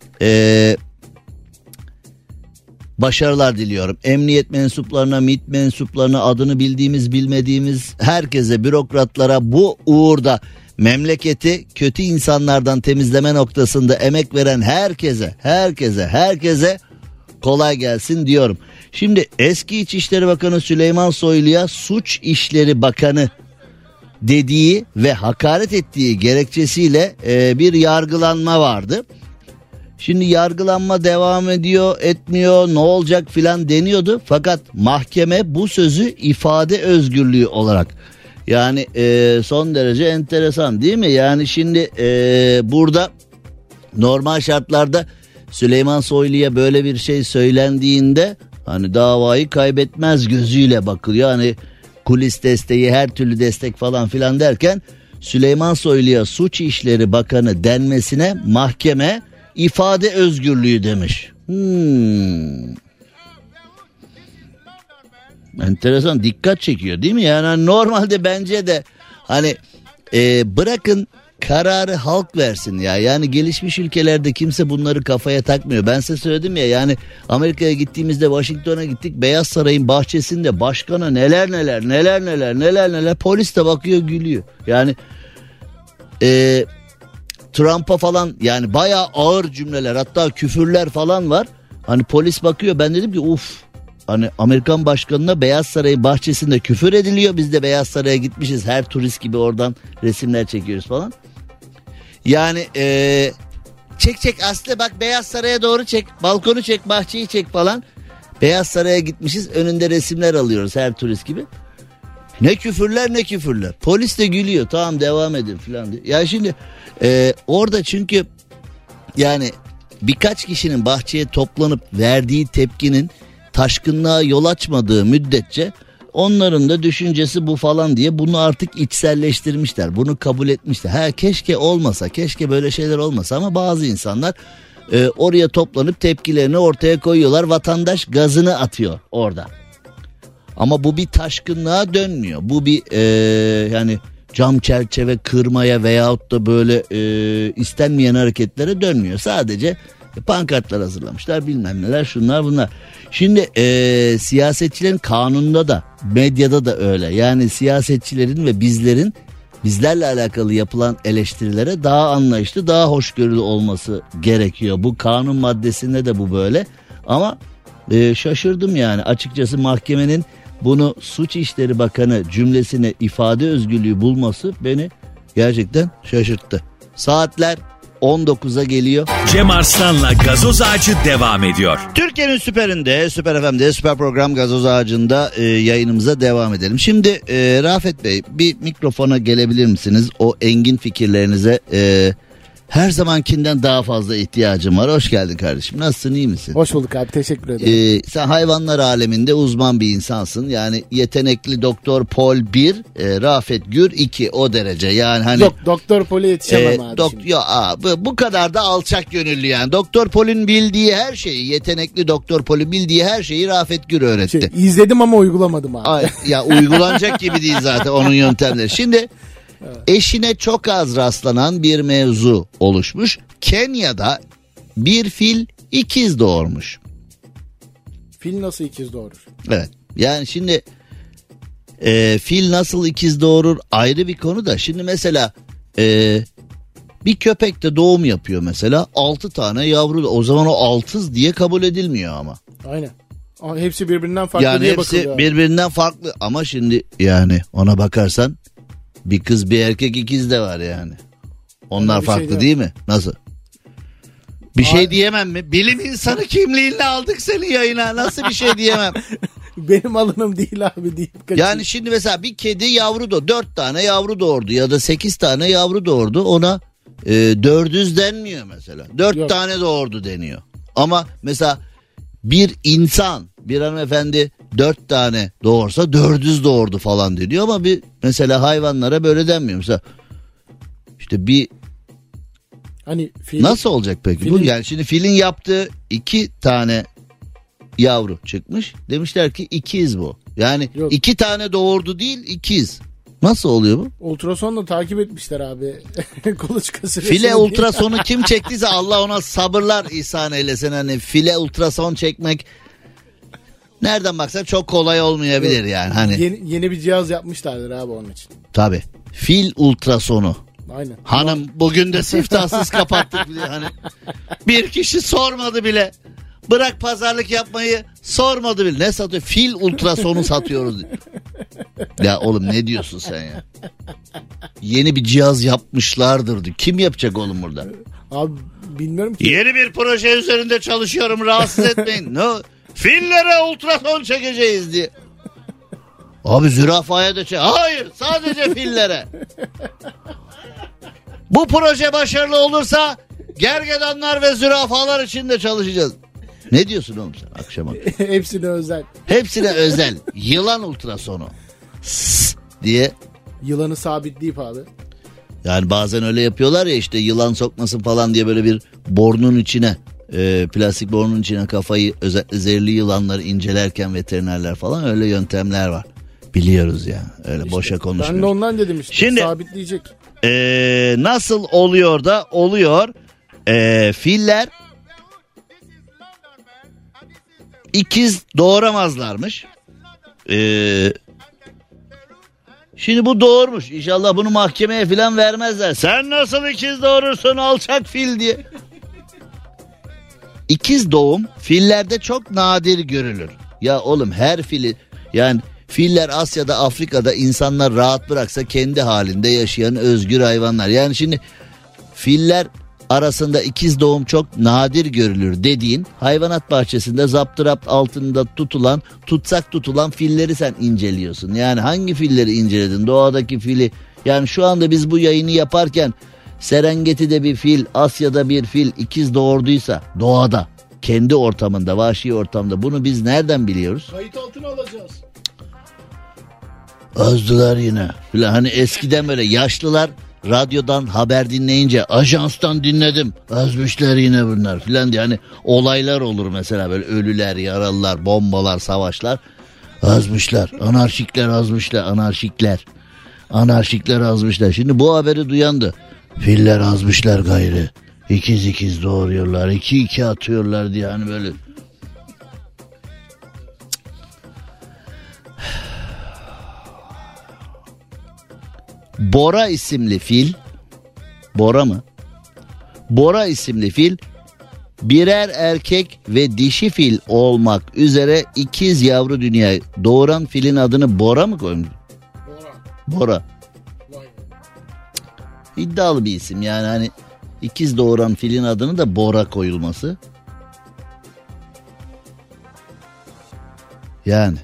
başarılar diliyorum. Emniyet mensuplarına, MİT mensuplarına, adını bildiğimiz bilmediğimiz herkese, bürokratlara, bu uğurda memleketi kötü insanlardan temizleme noktasında emek veren herkese kolay gelsin diyorum. Şimdi eski İçişleri Bakanı Süleyman Soylu'ya Suç İşleri Bakanı dediği ve hakaret ettiği gerekçesiyle bir yargılanma vardı. Şimdi yargılanma devam ediyor, etmiyor, ne olacak filan deniyordu. Fakat mahkeme bu sözü ifade özgürlüğü olarak, yani son derece enteresan değil mi? Yani şimdi burada normal şartlarda Süleyman Soylu'ya böyle bir şey söylendiğinde hani davayı kaybetmez gözüyle bakılıyor. Hani kulis desteği, her türlü destek falan filan derken Süleyman Soylu'ya Suç İşleri Bakanı denmesine mahkeme ifade özgürlüğü demiş. Enteresan, dikkat çekiyor değil mi? Yani normalde bence de hani bırakın kararı halk versin ya. Yani gelişmiş ülkelerde kimse bunları kafaya takmıyor. Ben size söyledim ya, yani Amerika'ya gittiğimizde, Washington'a gittik, Beyaz Saray'ın bahçesinde başkana neler polis de bakıyor, gülüyor. Yani Trump'a falan yani bayağı ağır cümleler, hatta küfürler falan var. Hani polis bakıyor, ben dedim ki hani Amerikan başkanına Beyaz Saray'ın bahçesinde küfür ediliyor. Biz de Beyaz Saray'a gitmişiz, her turist gibi oradan resimler çekiyoruz falan. Yani çek Aslı, bak Beyaz Saray'a doğru çek, balkonu çek, bahçeyi çek falan. Beyaz Saray'a gitmişiz, önünde resimler alıyoruz her turist gibi. Ne küfürler. Polis de gülüyor, tamam devam edin falan diyor. Ya şimdi orada çünkü yani birkaç kişinin bahçeye toplanıp verdiği tepkinin taşkınlığa yol açmadığı müddetçe onların da düşüncesi bu falan diye bunu artık içselleştirmişler. Bunu kabul etmişler. Keşke olmasa, keşke böyle şeyler olmasa, ama bazı insanlar oraya toplanıp tepkilerini ortaya koyuyorlar. Vatandaş gazını atıyor orada. Ama bu bir taşkınlığa dönmüyor. Bu bir yani cam çerçeve kırmaya veyahut da böyle istenmeyen hareketlere dönmüyor. Sadece Pankartlar hazırlamışlar, bilmem neler, şunlar bunlar. Şimdi siyasetçilerin kanununda da medyada da öyle. Yani siyasetçilerin ve bizlerle alakalı yapılan eleştirilere daha anlayışlı, daha hoşgörülü olması gerekiyor. Bu kanun maddesinde de bu böyle. Ama şaşırdım yani açıkçası, mahkemenin bunu Suç İşleri Bakanı cümlesine ifade özgürlüğü bulması beni gerçekten şaşırttı. Saatler 19'a geliyor. Cem Arslan'la Gazoz Ağacı devam ediyor. Türkiye'nin süperinde, Süper FM'de, süper program Gazoz Ağacı'nda yayınımıza devam edelim. Şimdi Rafet Bey, bir mikrofona gelebilir misiniz? O engin fikirlerinize her zamankinden daha fazla ihtiyacım var. Hoş geldin kardeşim. Nasılsın, iyi misin? Hoş bulduk abi, teşekkür ederim. Sen hayvanlar aleminde uzman bir insansın. Yani yetenekli Doktor Pol 1, Rafet Gür 2, o derece. Yani hani Yok, Doktor Pol'e yetişemem abi şimdi. Bu kadar da alçak gönüllü yani. Doktor Pol'ün bildiği her şeyi, yetenekli Doktor Pol'ün bildiği her şeyi Rafet Gür öğretti. İzledim ama uygulamadım abi. Ya uygulanacak gibi değil zaten onun yöntemleri. Şimdi eşine çok az rastlanan bir mevzu oluşmuş. Kenya'da bir fil ikiz doğurmuş. Fil nasıl ikiz doğurur? Evet. Yani şimdi fil nasıl ikiz doğurur ayrı bir konu da. Şimdi mesela bir köpek de doğum yapıyor mesela. 6 tane yavru, o zaman o altız diye kabul edilmiyor ama. Aynen. Hepsi birbirinden farklı yani diye bakılıyor. Yani hepsi birbirinden farklı ama şimdi yani ona bakarsan bir kız bir erkek ikiz de var yani. Onlar farklı şey değil mi? Nasıl? Bir şey diyemem mi? Bilim insanı kimliğinle aldık seni yayına. Nasıl bir şey diyemem? Benim alanım değil abi, deyip kaçayım. Yani şimdi mesela bir kedi yavru 4 tane yavru doğurdu ya da 8 tane yavru doğurdu. Ona 400 denmiyor mesela. 4 tane doğurdu deniyor. Ama mesela bir insan, bir hanımefendi 4 tane doğursa 400 doğurdu falan deniyor ama bir mesela hayvanlara böyle denmiyor. Mesela işte bir hani nasıl olacak peki bu? Yani şimdi filin yaptığı 2 tane yavru çıkmış. Demişler ki ikiz bu. Yani 2 tane doğurdu değil, ikiz. Nasıl oluyor bu? Ultrasonla takip etmişler abi. Kuluçkası. File ultrasonu kim çektiyse Allah ona sabırlar ihsan eylesin. Hani file ultrason çekmek nereden baksan çok kolay olmayabilir yani. Hani yeni bir cihaz yapmışlardır abi onun için. Tabii. Fil ultrasonu. Aynen. Hanım bugün de siftahsız kapattık bile hani. Bir kişi sormadı bile. Bırak pazarlık yapmayı, sormadı bile. Ne satıyor? Fil ultrasonu satıyoruz. Ya oğlum ne diyorsun sen ya? Yeni bir cihaz yapmışlardır. Kim yapacak oğlum burada? Abi bilmiyorum ki. Yeni bir proje üzerinde çalışıyorum, rahatsız etmeyin. No, fillere ultrason çekeceğiz diye. Abi zürafaya da hayır, sadece fillere. Bu proje başarılı olursa gergedanlar ve zürafalar için de çalışacağız. Ne diyorsun oğlum sen akşam? Hepsine özel. Hepsine özel. Yılan ultrasonu. Diye. Yılanı sabitleyip abi. Yani bazen öyle yapıyorlar ya, işte yılan sokmasın falan diye böyle bir borunun içine, plastik borunun içine kafayı, özellikle zehirli yılanları incelerken veterinerler falan, öyle yöntemler var. Biliyoruz ya. Öyle işte, boşa konuşmuyoruz. Ben de ondan dedim işte. Şimdi, sabitleyecek. Nasıl oluyor da oluyor? Filler ikiz doğuramazlarmış. Şimdi bu doğurmuş. İnşallah bunu mahkemeye falan vermezler. Sen nasıl ikiz doğurursun alçak fil diye. İkiz doğum fillerde çok nadir görülür. Ya oğlum her fili, yani filler Asya'da, Afrika'da insanlar rahat bıraksa kendi halinde yaşayan özgür hayvanlar. Yani şimdi filler arasında ikiz doğum çok nadir görülür dediğin, hayvanat bahçesinde zaptırapt altında tutsak tutulan filleri sen inceliyorsun. Yani hangi filleri inceledin? Doğadaki fili. Yani şu anda biz bu yayını yaparken Serengeti'de bir fil, Asya'da bir fil ikiz doğurduysa doğada, kendi ortamında, vahşi ortamda, bunu biz nereden biliyoruz? Kayıt altına alacağız. Azdılar yine. Hani eskiden böyle yaşlılar radyodan haber dinleyince ajanstan dinledim, azmışlar yine bunlar filan diye, hani olaylar olur mesela, böyle ölüler, yaralılar, bombalar, savaşlar, azmışlar, anarşikler azmışlar, anarşikler azmışlar. Şimdi bu haberi duyandı, filler azmışlar gayrı, İkiz doğuruyorlar. 2 atıyorlar diye hani böyle. Bora isimli fil. Bora mı? Bora isimli fil birer erkek ve dişi fil olmak üzere ikiz yavru dünyaya doğuran filin adını Bora mı koymuş? Bora. İddialı bir isim yani hani ikiz doğuran filin adını da Bora koyulması. Yani.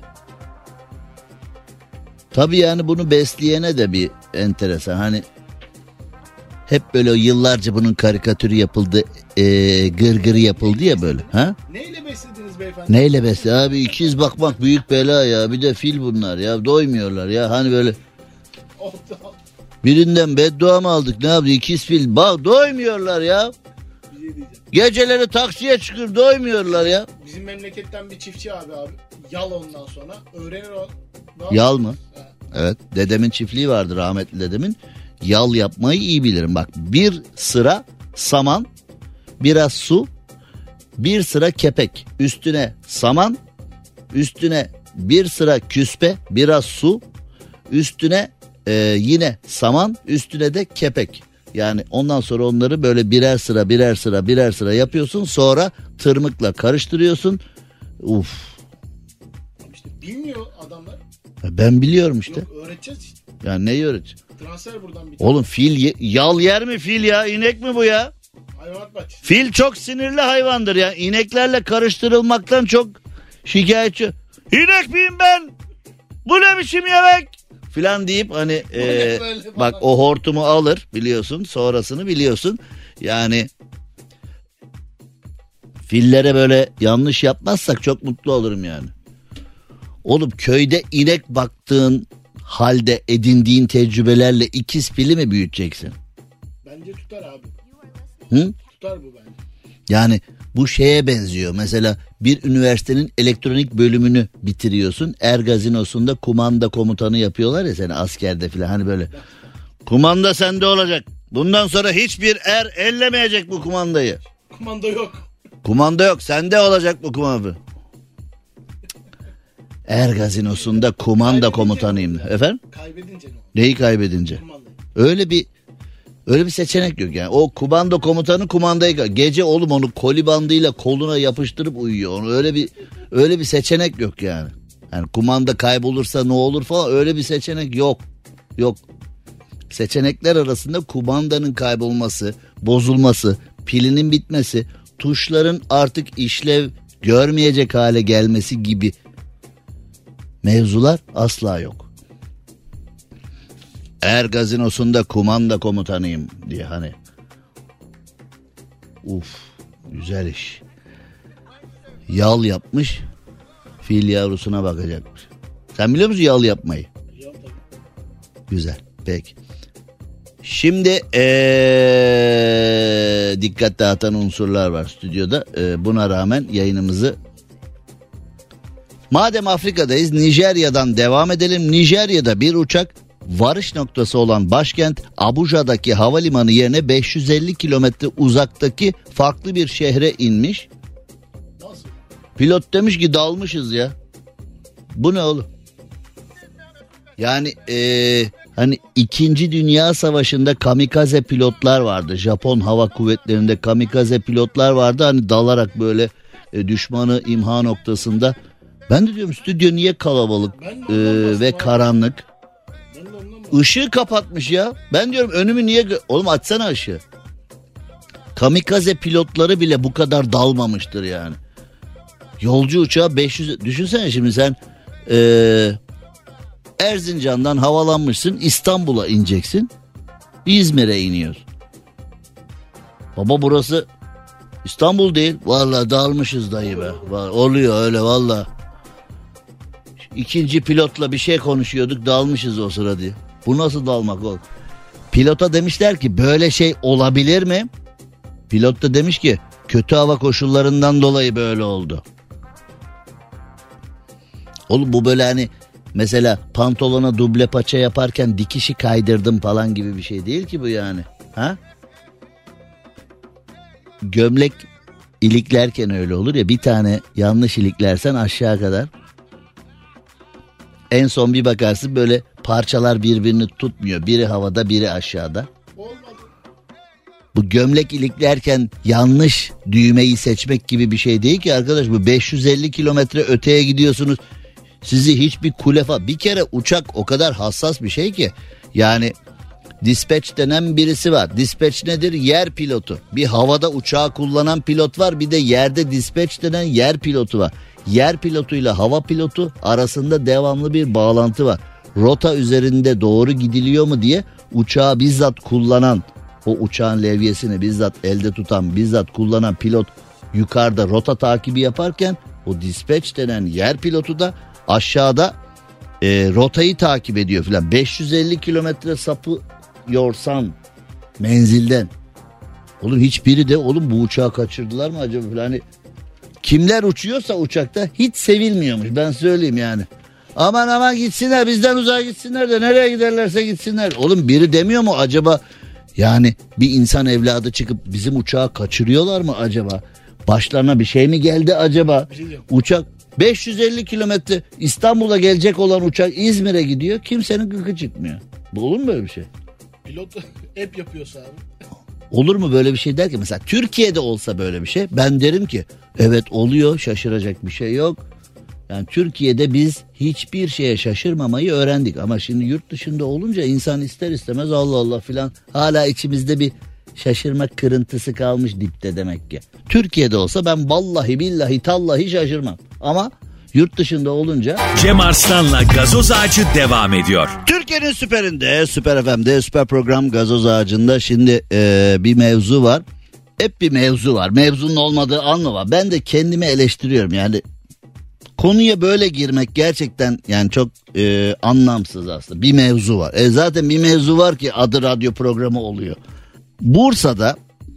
Tabii yani bunu besleyene de bir enteresan hani hep böyle yıllarca bunun karikatürü yapıldı, gırgırı yapıldı ya böyle. Ha? Neyle beslediniz beyefendi? Neyle besle? Abi ikiz bakmak büyük bela ya. Bir de fil bunlar ya. Doymuyorlar ya. Hani böyle. Birinden beddua mı aldık? Ne yaptı? İkiz fil. Bak doymuyorlar ya. Bir şey diyeceğim. Geceleri taksiye çıkıp doymuyorlar ya. Bizim memleketten bir çiftçi abi. Yal ondan sonra. Öğrenir o. Yal mı? Ha. Evet. Dedemin çiftliği vardı, rahmetli dedemin. Yal yapmayı iyi bilirim. Bak bir sıra saman, biraz su, bir sıra kepek. Üstüne saman, üstüne bir sıra küspe, biraz su, üstüne yine saman, üstüne de kepek. Yani ondan sonra onları böyle birer sıra yapıyorsun. Sonra tırmıkla karıştırıyorsun. Uf. İşte bilmiyor adamlar. Ben biliyorum işte. Yok, öğreteceğiz işte. Yani neyi öğreteceğim? Transfer buradan bir. Oğlum fil yal yer mi fil ya? İnek mi bu ya? Hayvanat bahçesi. Fil çok sinirli hayvandır ya. İneklerle karıştırılmaktan çok şikayetçi. İnek miyim ben? Bu ne biçim yemek? Filan deyip hani bak o hortumu alır biliyorsun. Sonrasını biliyorsun. Yani fillere böyle yanlış yapmazsak çok mutlu olurum yani. Oğlum köyde inek baktığın halde edindiğin tecrübelerle ikiz fili mi büyüteceksin? Bence tutar abi. Hı? Tutar bu bence. Yani bu şeye benziyor. Mesela bir üniversitenin elektronik bölümünü bitiriyorsun. Gazinosunda kumanda komutanı yapıyorlar ya seni askerde filan. Hani böyle kumanda sende olacak. Bundan sonra hiçbir ellemeyecek bu kumandayı. Kumanda yok. Kumanda yok, sende olacak bu kumanda. Gazinosunda kumanda komutanıyım. Efendim? Kaybedince ne olur? Neyi kaybedince? Kumandayı. Öyle bir seçenek yok yani. O kumanda komutanı kumandayı gece oğlum onu koli bandıyla koluna yapıştırıp uyuyor. Onu öyle bir seçenek yok yani. Yani kumanda kaybolursa ne olur falan öyle bir seçenek yok. Yok. Seçenekler arasında kumandanın kaybolması, bozulması, pilinin bitmesi, tuşların artık işlev görmeyecek hale gelmesi gibi mevzular asla yok. Gazinosunda kumanda komutanıyım diye hani. Güzel iş. Yal yapmış, fil yavrusuna bakacakmış. Sen biliyor musun yal yapmayı? Güzel, peki. Şimdi dikkat dağıtan unsurlar var stüdyoda. Buna rağmen yayınımızı madem Afrika'dayız Nijerya'dan devam edelim. Nijerya'da bir uçak varış noktası olan başkent Abuja'daki havalimanı yerine 550 kilometre uzaktaki farklı bir şehre inmiş. Nasıl? Pilot demiş ki dalmışız ya. Bu ne oğlum? Yani hani 2. Dünya Savaşı'nda kamikaze pilotlar vardı. Japon Hava Kuvvetleri'nde kamikaze pilotlar vardı. Hani dalarak böyle düşmanı imha noktasında. Ben de diyorum stüdyo niye kalabalık ve karanlık? Işığı kapatmış ya. Ben diyorum önümü niye... Oğlum açsana ışığı. Kamikaze pilotları bile bu kadar dalmamıştır yani. Yolcu uçağı 500... Düşünsene şimdi sen... Erzincan'dan havalanmışsın, İstanbul'a ineceksin. İzmir'e iniyorsun. Baba burası İstanbul değil. Vallahi dağılmışız dayı be. Oluyor öyle vallahi. 2. pilotla bir şey konuşuyorduk, dağılmışız o sıra diye. Bu nasıl dalmak oğlum? Pilota demişler ki böyle şey olabilir mi? Pilot da demiş ki kötü hava koşullarından dolayı böyle oldu. Oğlum bu böyle hani mesela pantolona duble paça yaparken dikişi kaydırdım falan gibi bir şey değil ki bu yani. Ha? gömlek iliklerken öyle olur ya, bir tane yanlış iliklersen aşağı kadar. En son bir bakarsın böyle parçalar birbirini tutmuyor. Biri havada, biri aşağıda. Bu gömlek iliklerken yanlış düğmeyi seçmek gibi bir şey değil ki arkadaş. Bu 550 kilometre öteye gidiyorsunuz. Sizi hiçbir kulefa... Bir kere uçak o kadar hassas bir şey ki. Yani dispatch denen birisi var. Dispatch nedir? Yer pilotu. Bir havada uçağı kullanan pilot var. Bir de yerde dispatch denen yer pilotu var. Yer pilotuyla hava pilotu arasında devamlı bir bağlantı var. Rota üzerinde doğru gidiliyor mu diye uçağı bizzat kullanan, o uçağın levyesini bizzat elde tutan, bizzat kullanan pilot yukarıda rota takibi yaparken o dispatch denen yer pilotu da aşağıda rotayı takip ediyor filan. 550 kilometre sapıyorsan menzilden. Oğlum hiçbiri de oğlum bu uçağı kaçırdılar mı acaba filan. Hani kimler uçuyorsa uçakta hiç sevilmiyormuş, ben söyleyeyim yani. Aman gitsinler, bizden uzağa gitsinler de nereye giderlerse gitsinler. Oğlum biri demiyor mu acaba, yani bir insan evladı çıkıp bizim uçağı kaçırıyorlar mı acaba? Başlarına bir şey mi geldi acaba? Uçak 550 kilometre İstanbul'a gelecek olan uçak İzmir'e gidiyor, kimsenin gıkı çıkmıyor. Bu olur mu böyle bir şey? Pilot hep yapıyorsa abi. Olur mu böyle bir şey der ki, mesela Türkiye'de olsa böyle bir şey, ben derim ki evet oluyor, şaşıracak bir şey yok. Yani Türkiye'de biz hiçbir şeye şaşırmamayı öğrendik ama şimdi yurt dışında olunca insan ister istemez Allah Allah filan, hala içimizde bir şaşırma kırıntısı kalmış dipte demek ki. Türkiye'de olsa ben vallahi billahi tallahi şaşırmam ama yurt dışında olunca... Cem Arslan'la Gazoz Ağacı devam ediyor. Türkiye'nin süperinde, Süper FM'de, süper program Gazoz Ağacı'nda şimdi bir mevzu var. Hep bir mevzu var. Mevzunun olmadığı an mı var? Ben de kendimi eleştiriyorum yani. Konuya böyle girmek gerçekten yani çok anlamsız aslında. Bir mevzu var. Zaten bir mevzu var ki adı radyo programı oluyor. Bursa'da,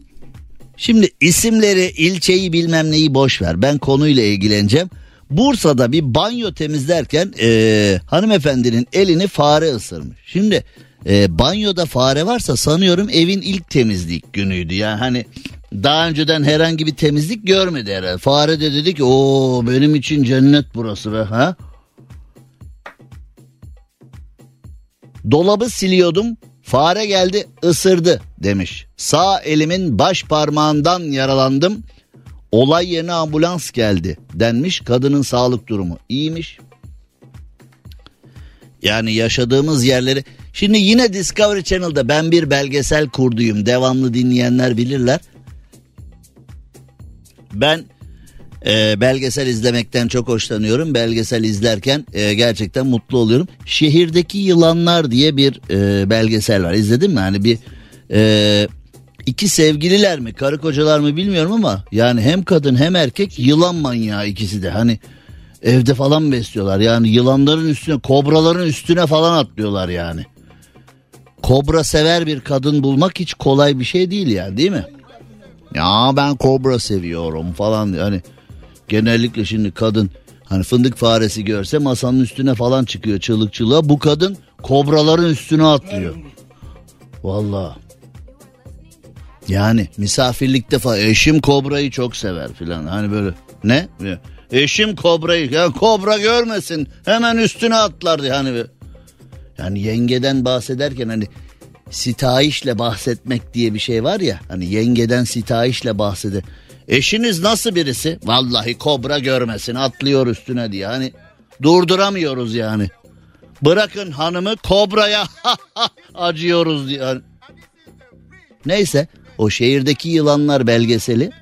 şimdi isimleri, ilçeyi bilmem neyi boş ver. Ben konuyla ilgileneceğim. Bursa'da bir banyo temizlerken hanımefendinin elini fare ısırmış. Şimdi banyoda fare varsa sanıyorum evin ilk temizlik günüydü. Yani hani daha önceden herhangi bir temizlik görmedi herhalde. Fare de dedi ki o benim için cennet burası be ha. Dolabı siliyordum, fare geldi ısırdı demiş. Sağ elimin baş parmağından yaralandım. Olay yerine ambulans geldi denmiş. Kadının sağlık durumu iyiymiş. Yani yaşadığımız yerleri... Şimdi yine Discovery Channel'da ben bir belgesel kurduyum. Devamlı dinleyenler bilirler. Ben belgesel izlemekten çok hoşlanıyorum. Belgesel izlerken gerçekten mutlu oluyorum. Şehirdeki Yılanlar diye bir belgesel var. İzledin mi? Hani bir... İki sevgililer mi, karı kocalar mı bilmiyorum ama yani hem kadın hem erkek yılan manyağı ikisi de. Hani evde falan besliyorlar. Yani yılanların üstüne, kobraların üstüne falan atlıyorlar yani. Kobra sever bir kadın bulmak hiç kolay bir şey değil yani, değil mi? Ya ben kobra seviyorum falan. Yani genellikle şimdi kadın hani fındık faresi görse masanın üstüne falan çıkıyor çığlık çığlığa. Bu kadın kobraların üstüne atlıyor. Vallahi. Yani misafirlikte falan eşim kobrayı çok sever filan. Hani böyle ne? Eşim kobrayı, ya kobra görmesin hemen üstüne atlardı hani. Yani yengeden bahsederken hani sitayişle bahsetmek diye bir şey var ya. Hani yengeden sitayişle bahseder. Eşiniz nasıl birisi? Vallahi kobra görmesin atlıyor üstüne diye. Hani durduramıyoruz yani. Bırakın hanımı kobraya acıyoruz diye. Yani. Neyse. O Şehirdeki Yılanlar belgeseli.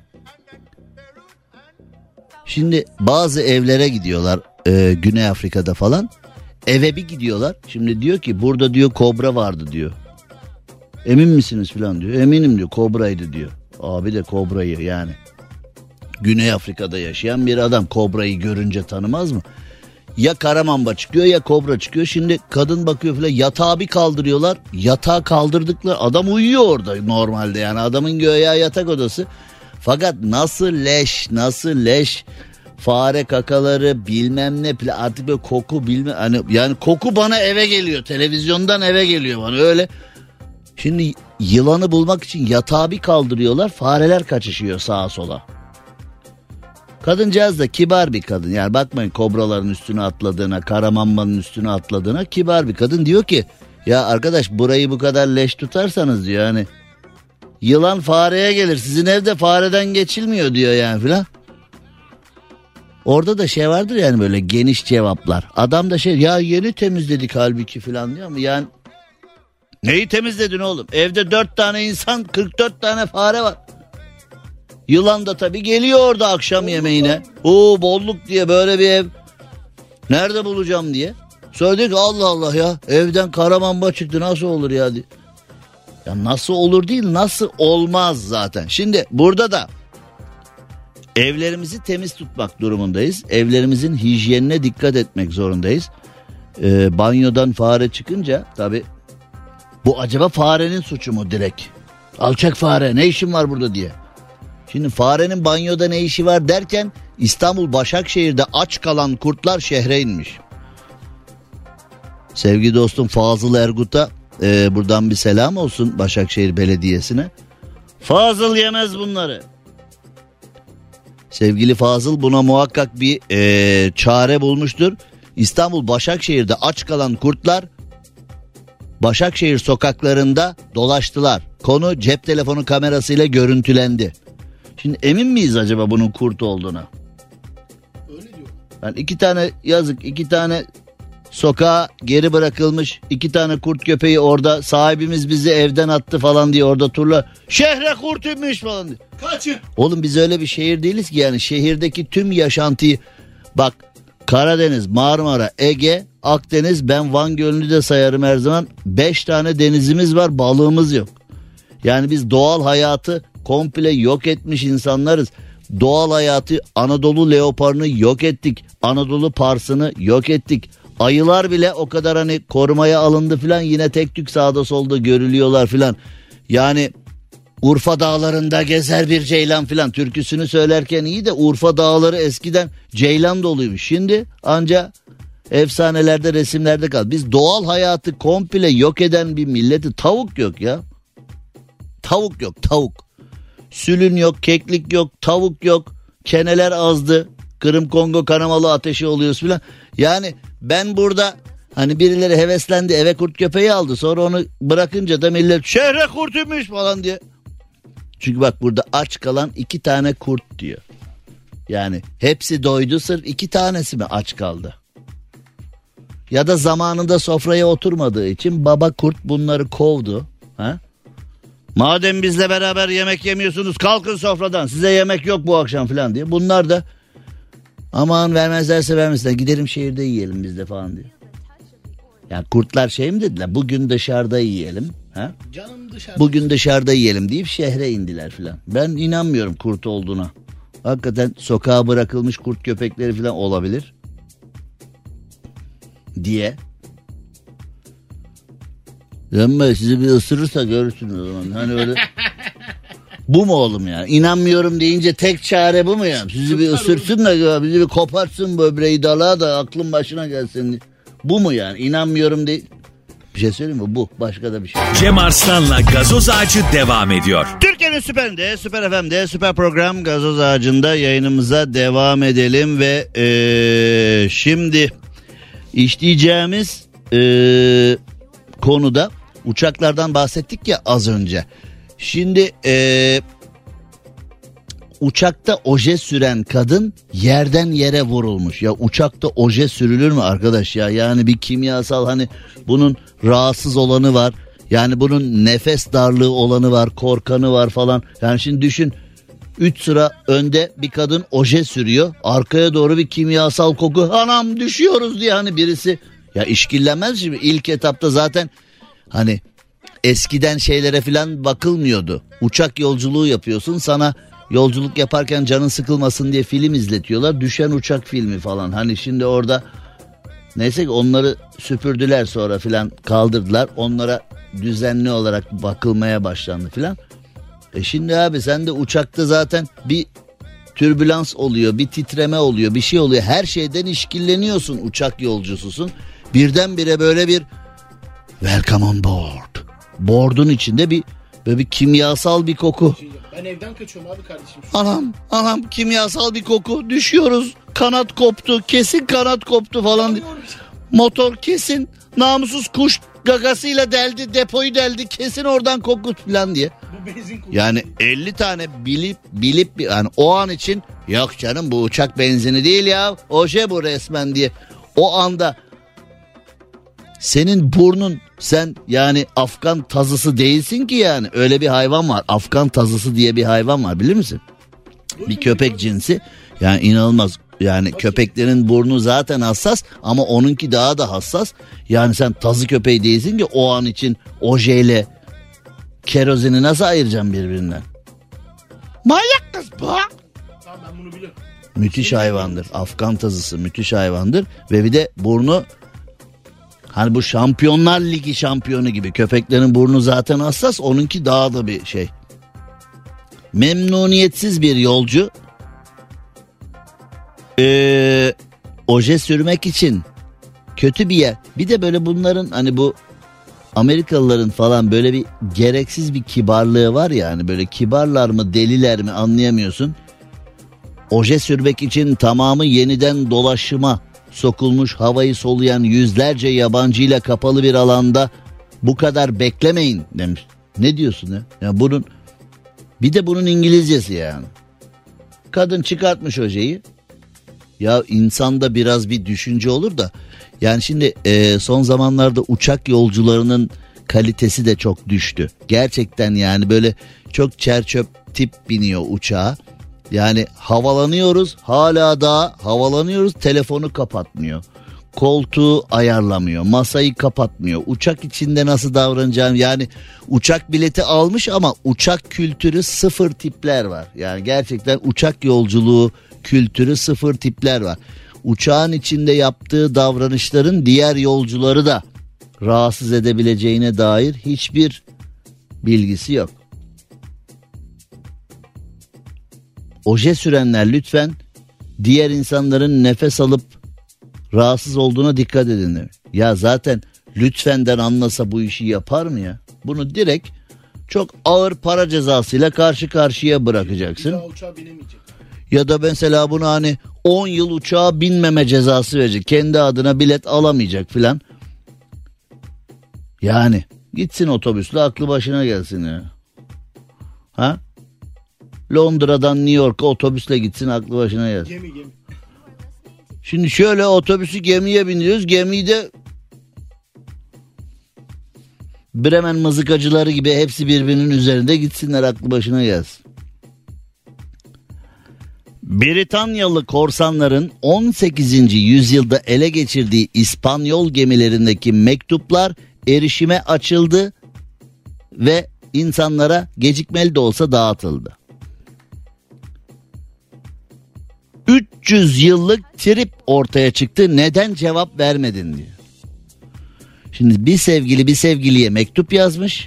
Şimdi bazı evlere gidiyorlar Güney Afrika'da falan. Eve bir gidiyorlar. Şimdi diyor ki burada diyor kobra vardı diyor. Emin misiniz falan diyor. Eminim diyor, kobraydı diyor. Abi de kobrayı yani. Güney Afrika'da yaşayan bir adam kobrayı görünce tanımaz mı? Ya karamamba çıkıyor ya kobra çıkıyor. Şimdi kadın bakıyor falan, yatağı bir kaldırıyorlar. Yatağı kaldırdıkları adam uyuyor orada normalde yani. Adamın göğe yatak odası. Fakat nasıl leş fare kakaları bilmem ne artık böyle koku bilmem hani yani koku bana eve geliyor. Televizyondan eve geliyor bana öyle. Şimdi yılanı bulmak için yatağı bir kaldırıyorlar, fareler kaçışıyor sağa sola. Kadıncağız da kibar bir kadın, yani bakmayın kobraların üstüne atladığına, karamanmanın üstüne atladığına, kibar bir kadın. Diyor ki ya arkadaş burayı bu kadar leş tutarsanız diyor, hani yılan fareye gelir, sizin evde fareden geçilmiyor diyor yani filan. Orada da şey vardır yani, böyle geniş cevaplar. Adam da şey, ya yeni temizledik halbuki filan diyor, ama yani neyi temizledin oğlum? Evde 4 tane insan, 44 tane fare var. Yılan da tabii geliyor orada akşam yemeğine. Bolluk diye böyle bir ev nerede bulacağım diye. Söyledik Allah Allah ya, evden karamamba çıktı, nasıl olur ya diye. Ya nasıl olur değil, nasıl olmaz zaten. Şimdi burada da evlerimizi temiz tutmak durumundayız. Evlerimizin hijyenine dikkat etmek zorundayız. Banyodan fare çıkınca tabii, bu acaba farenin suçu mu direkt? Alçak fare ne işin var burada diye. Şimdi farenin banyoda ne işi var derken, İstanbul Başakşehir'de aç kalan kurtlar şehre inmiş. Sevgili dostum Fazıl Ergut'a buradan bir selam olsun, Başakşehir Belediyesi'ne. Fazıl yemez bunları. Sevgili Fazıl buna muhakkak bir çare bulmuştur. İstanbul Başakşehir'de aç kalan kurtlar Başakşehir sokaklarında dolaştılar. Konu cep telefonu kamerasıyla görüntülendi. Şimdi emin miyiz acaba bunun kurt olduğuna? Öyle diyor. Yani 2 tane yazık, 2 tane sokağa geri bırakılmış 2 tane kurt köpeği orada, sahibimiz bizi evden attı falan diye orada turla. Şehre kurt inmiş falan diye. Kaçın. Oğlum biz öyle bir şehir değiliz ki, yani şehirdeki tüm yaşantıyı bak, Karadeniz, Marmara, Ege, Akdeniz, ben Van Gölü'nü de sayarım her zaman. 5 tane denizimiz var, balığımız yok. Yani biz doğal hayatı komple yok etmiş insanlarız. Doğal hayatı, Anadolu leoparını yok ettik. Anadolu parsını yok ettik. Ayılar bile o kadar hani korumaya alındı filan, yine tek tük sağda solda görülüyorlar filan. Yani Urfa dağlarında gezer bir ceylan filan türküsünü söylerken iyi de, Urfa dağları eskiden ceylan doluymuş. Şimdi anca efsanelerde, resimlerde kal. Biz doğal hayatı komple yok eden bir milleti. Tavuk yok ya. Tavuk yok, tavuk. Sülün yok, keklik yok, tavuk yok. Keneler azdı. Kırım Kongo kanamalı ateşi oluyoruz filan. Yani ben burada hani birileri heveslendi, eve kurt köpeği aldı. Sonra onu bırakınca da millet şehre kurt inmiş falan diye. Çünkü bak burada aç kalan 2 tane kurt diyor. Yani hepsi doydu, sırf 2 tanesi mi aç kaldı? Ya da zamanında sofraya oturmadığı için baba kurt bunları kovdu. Ha? Madem bizle beraber yemek yemiyorsunuz, kalkın sofradan, size yemek yok bu akşam falan diye. Bunlar da aman vermezlerse vermesinler, gidelim şehirde yiyelim biz de falan diye. Yani kurtlar şey mi dediler, bugün dışarıda yiyelim. Ha? Canım dışarıda. Bugün dışarıda yiyelim deyip şehre indiler filan. Ben inanmıyorum kurt olduğuna. Hakikaten sokağa bırakılmış kurt köpekleri filan olabilir diye. Ama sizi bir ısırırsa görürsünüz o zaman. Hani öyle. Bu mu oğlum ya? İnanmıyorum deyince tek çare bu mu ya? Sizi bir ısırsın da bizi bir koparsın böbreği dalağa da aklın başına gelsin diye. Bu mu yani? İnanmıyorum değil. Bir şey söyleyeyim mi? Bu. Başka da bir şey. Cem Arslan'la Gazoz Ağacı devam ediyor. Türkiye'nin süperinde, Süper FM'de, süper program Gazoz Ağacı'nda yayınımıza devam edelim ve şimdi işleyeceğimiz konuda uçaklardan bahsettik ya az önce. Şimdi uçakta oje süren kadın yerden yere vurulmuş. Ya uçakta oje sürülür mü arkadaş ya? Yani bir kimyasal, hani bunun rahatsız olanı var. Yani bunun nefes darlığı olanı var, korkanı var falan. Yani şimdi düşün, 3 sıra önde bir kadın oje sürüyor. Arkaya doğru bir kimyasal koku. Anam düşüyoruz diye hani birisi. Ya işkillenmez şimdi. İlk etapta zaten hani eskiden şeylere falan bakılmıyordu. Uçak yolculuğu yapıyorsun, sana yolculuk yaparken canın sıkılmasın diye film izletiyorlar. Düşen uçak filmi falan. Hani şimdi orada neyse ki onları süpürdüler, sonra filan kaldırdılar. Onlara düzenli olarak bakılmaya başlandı filan. Şimdi abi sen de uçakta zaten bir türbülans oluyor, bir titreme oluyor, bir şey oluyor. Her şeyden işkilleniyorsun, uçak yolcususun. Birdenbire böyle bir welcome on board. Board'un içinde bir Böyle bir kimyasal bir koku. Ben evden kaçıyorum abi kardeşim. Anam kimyasal bir koku. Düşüyoruz. Kanat koptu. Kesin kanat koptu falan. Motor kesin namussuz kuş gagasıyla deldi. Depoyu deldi. Kesin oradan koku falan diye. Bu benzin kokusu. Yani 50 tane bilip yani o an için yok canım bu uçak benzini değil ya. Oje bu resmen diye. O anda senin burnun, sen yani Afgan tazısı değilsin ki yani. Öyle bir hayvan var. Afgan tazısı diye bir hayvan var, bilir misin? Bir köpek cinsi. Yani inanılmaz. Yani köpeklerin burnu zaten hassas ama onunki daha da hassas. Yani sen tazı köpeği değilsin ki o an için ojeyle kerozini nasıl ayıracaksın birbirinden? Manyak kız bu. Tamam, ben bunu biliyorum. Müthiş hayvandır. Afgan tazısı müthiş hayvandır. Ve bir de burnu, hani bu Şampiyonlar Ligi şampiyonu gibi. Köpeklerin burnu zaten hassas. Onunki daha da bir şey. Memnuniyetsiz bir yolcu oje sürmek için kötü bir yer. Bir de böyle bunların hani bu Amerikalıların falan böyle bir gereksiz bir kibarlığı var ya. Hani böyle kibarlar mı deliler mi anlayamıyorsun. Oje sürmek için tamamı yeniden dolaşıma sokulmuş, havayı soluyan yüzlerce yabancıyla kapalı bir alanda bu kadar beklemeyin demiş. Ne diyorsun ya? Ya bunun bir de bunun İngilizcesi yani. Kadın çıkartmış ojeyi. Ya insanda biraz bir düşünce olur da. Yani şimdi son zamanlarda uçak yolcularının kalitesi de çok düştü. Gerçekten yani böyle çok çerçöp tip biniyor uçağa. Yani havalanıyoruz, hala daha havalanıyoruz, telefonu kapatmıyor. Koltuğu ayarlamıyor, masayı kapatmıyor. Uçak içinde nasıl davranacağım, yani uçak bileti almış ama uçak kültürü sıfır tipler var. Yani gerçekten uçak yolculuğu kültürü sıfır tipler var. Uçağın içinde yaptığı davranışların diğer yolcuları da rahatsız edebileceğine dair hiçbir bilgisi yok. Oje sürenler lütfen diğer insanların nefes alıp rahatsız olduğuna dikkat edin demiş. Ya zaten lütfenden anlasa bu işi yapar mı ya? Bunu direkt çok ağır para cezasıyla karşı karşıya bırakacaksın. Bir daha uçağa binemeyecek. Ya da mesela bunu hani 10 yıl uçağa binmeme cezası verecek. Kendi adına bilet alamayacak filan. Yani gitsin otobüsle, aklı başına gelsin ya. Ha? Londra'dan New York'a otobüsle gitsin, aklı başına gelsin. Gemi. Şimdi şöyle otobüsü gemiye bindiriyoruz. Gemiyi de Bremen mızıkacıları gibi hepsi birbirinin üzerinde gitsinler, aklı başına gelsin. Britanyalı korsanların 18. yüzyılda ele geçirdiği İspanyol gemilerindeki mektuplar erişime açıldı ve insanlara gecikmeli de olsa dağıtıldı. 300 yıllık trip ortaya çıktı. Neden cevap vermedin diye. Şimdi bir sevgili bir sevgiliye mektup yazmış.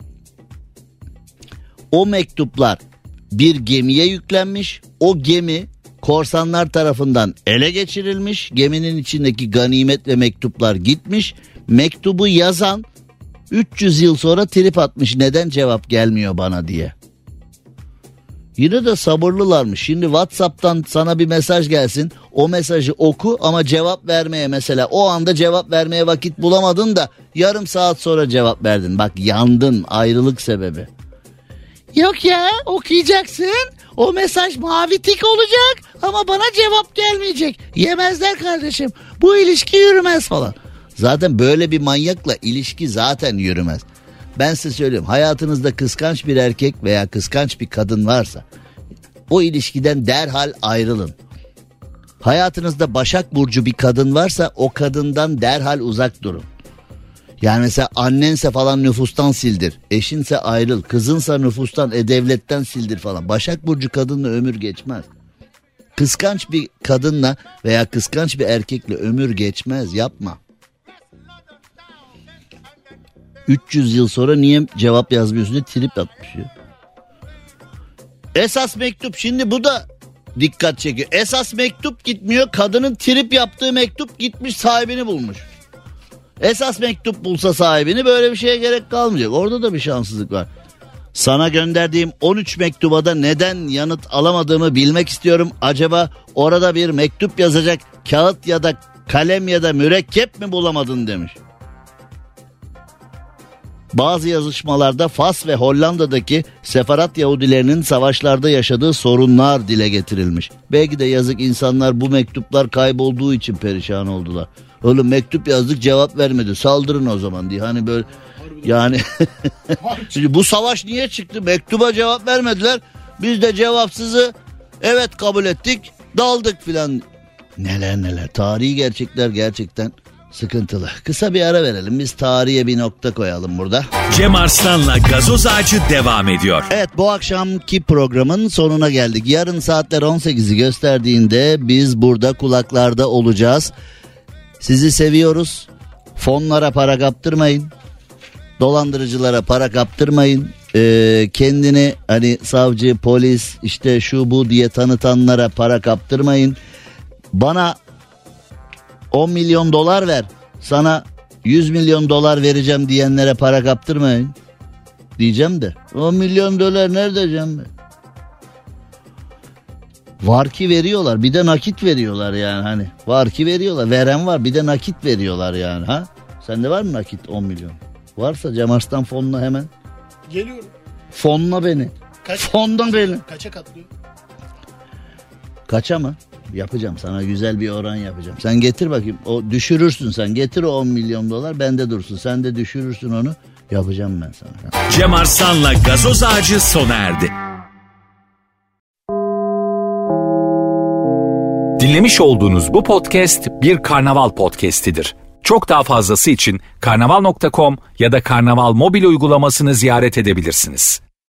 O mektuplar bir gemiye yüklenmiş. O gemi korsanlar tarafından ele geçirilmiş. Geminin içindeki ganimet ve mektuplar gitmiş. Mektubu yazan 300 yıl sonra trip atmış. Neden cevap gelmiyor bana diye. Yine de sabırlılarmış. Şimdi WhatsApp'tan sana bir mesaj gelsin. O mesajı oku ama cevap vermeye, mesela o anda cevap vermeye vakit bulamadın da yarım saat sonra cevap verdin. Bak yandın, ayrılık sebebi. Yok ya, okuyacaksın. O mesaj mavi tik olacak ama bana cevap gelmeyecek. Yemezler kardeşim. Bu ilişki yürümez falan. Zaten böyle bir manyakla ilişki zaten yürümez. Ben size söyleyeyim, hayatınızda kıskanç bir erkek veya kıskanç bir kadın varsa o ilişkiden derhal ayrılın. Hayatınızda Başak Burcu bir kadın varsa o kadından derhal uzak durun. Yani mesela annense falan nüfustan sildir. Eşinse ayrıl. Kızınsa nüfustan, devletten sildir falan. Başak Burcu kadınla ömür geçmez. Kıskanç bir kadınla veya kıskanç bir erkekle ömür geçmez, yapma. 300 yıl sonra niye cevap yazmıyorsun diye trip atmış ya. Esas mektup, şimdi bu da dikkat çekiyor. Esas mektup gitmiyor, kadının trip yaptığı mektup gitmiş sahibini bulmuş. Esas mektup bulsa sahibini böyle bir şeye gerek kalmayacak. Orada da bir şanssızlık var. Sana gönderdiğim 13 mektuba da neden yanıt alamadığımı bilmek istiyorum. Acaba orada bir mektup yazacak kağıt ya da kalem ya da mürekkep mi bulamadın demiş. Bazı yazışmalarda Fas ve Hollanda'daki sefarat Yahudilerinin savaşlarda yaşadığı sorunlar dile getirilmiş. Belki de yazık insanlar bu mektuplar kaybolduğu için perişan oldular. Oğlum mektup yazdık cevap vermedi, saldırın o zaman diye. Hani böyle yani şimdi bu savaş niye çıktı? Mektuba cevap vermediler. Biz de cevapsızı evet kabul ettik, daldık filan. Neler tarihi gerçekler gerçekten sıkıntılı. Kısa bir ara verelim, biz tarihe bir nokta koyalım burada. Cem Arslan'la Gazoz Ağacı devam ediyor. Evet, bu akşamki programın sonuna geldik. Yarın saatler 18'i gösterdiğinde biz burada kulaklarda olacağız. Sizi seviyoruz. Fonlara para kaptırmayın. Dolandırıcılara para kaptırmayın. Kendini hani savcı, polis, işte şu bu diye tanıtanlara para kaptırmayın. Bana 10 milyon dolar ver, sana 100 milyon dolar vereceğim diyenlere para kaptırmayın. Diyeceğim de 10 milyon dolar nerede Cem? Var ki veriyorlar, bir de nakit veriyorlar yani, hani var ki veriyorlar, veren var, bir de nakit veriyorlar yani. Ha? Sende var mı nakit 10 milyon? Varsa Cem Arslan fonla hemen. Geliyorum. Fonla beni. Fonda beni. Kaça katlıyor? Kaça mı? Yapacağım sana, güzel bir oran yapacağım. Sen getir bakayım, o düşürürsün, sen getir o 10 milyon dolar bende dursun. Sen de düşürürsün onu, yapacağım ben sana. Cem Arslan'la Gazoz Ağacı sona erdi. Dinlemiş olduğunuz bu podcast bir Karnaval podcastidir. Çok daha fazlası için karnaval.com ya da Karnaval mobil uygulamasını ziyaret edebilirsiniz.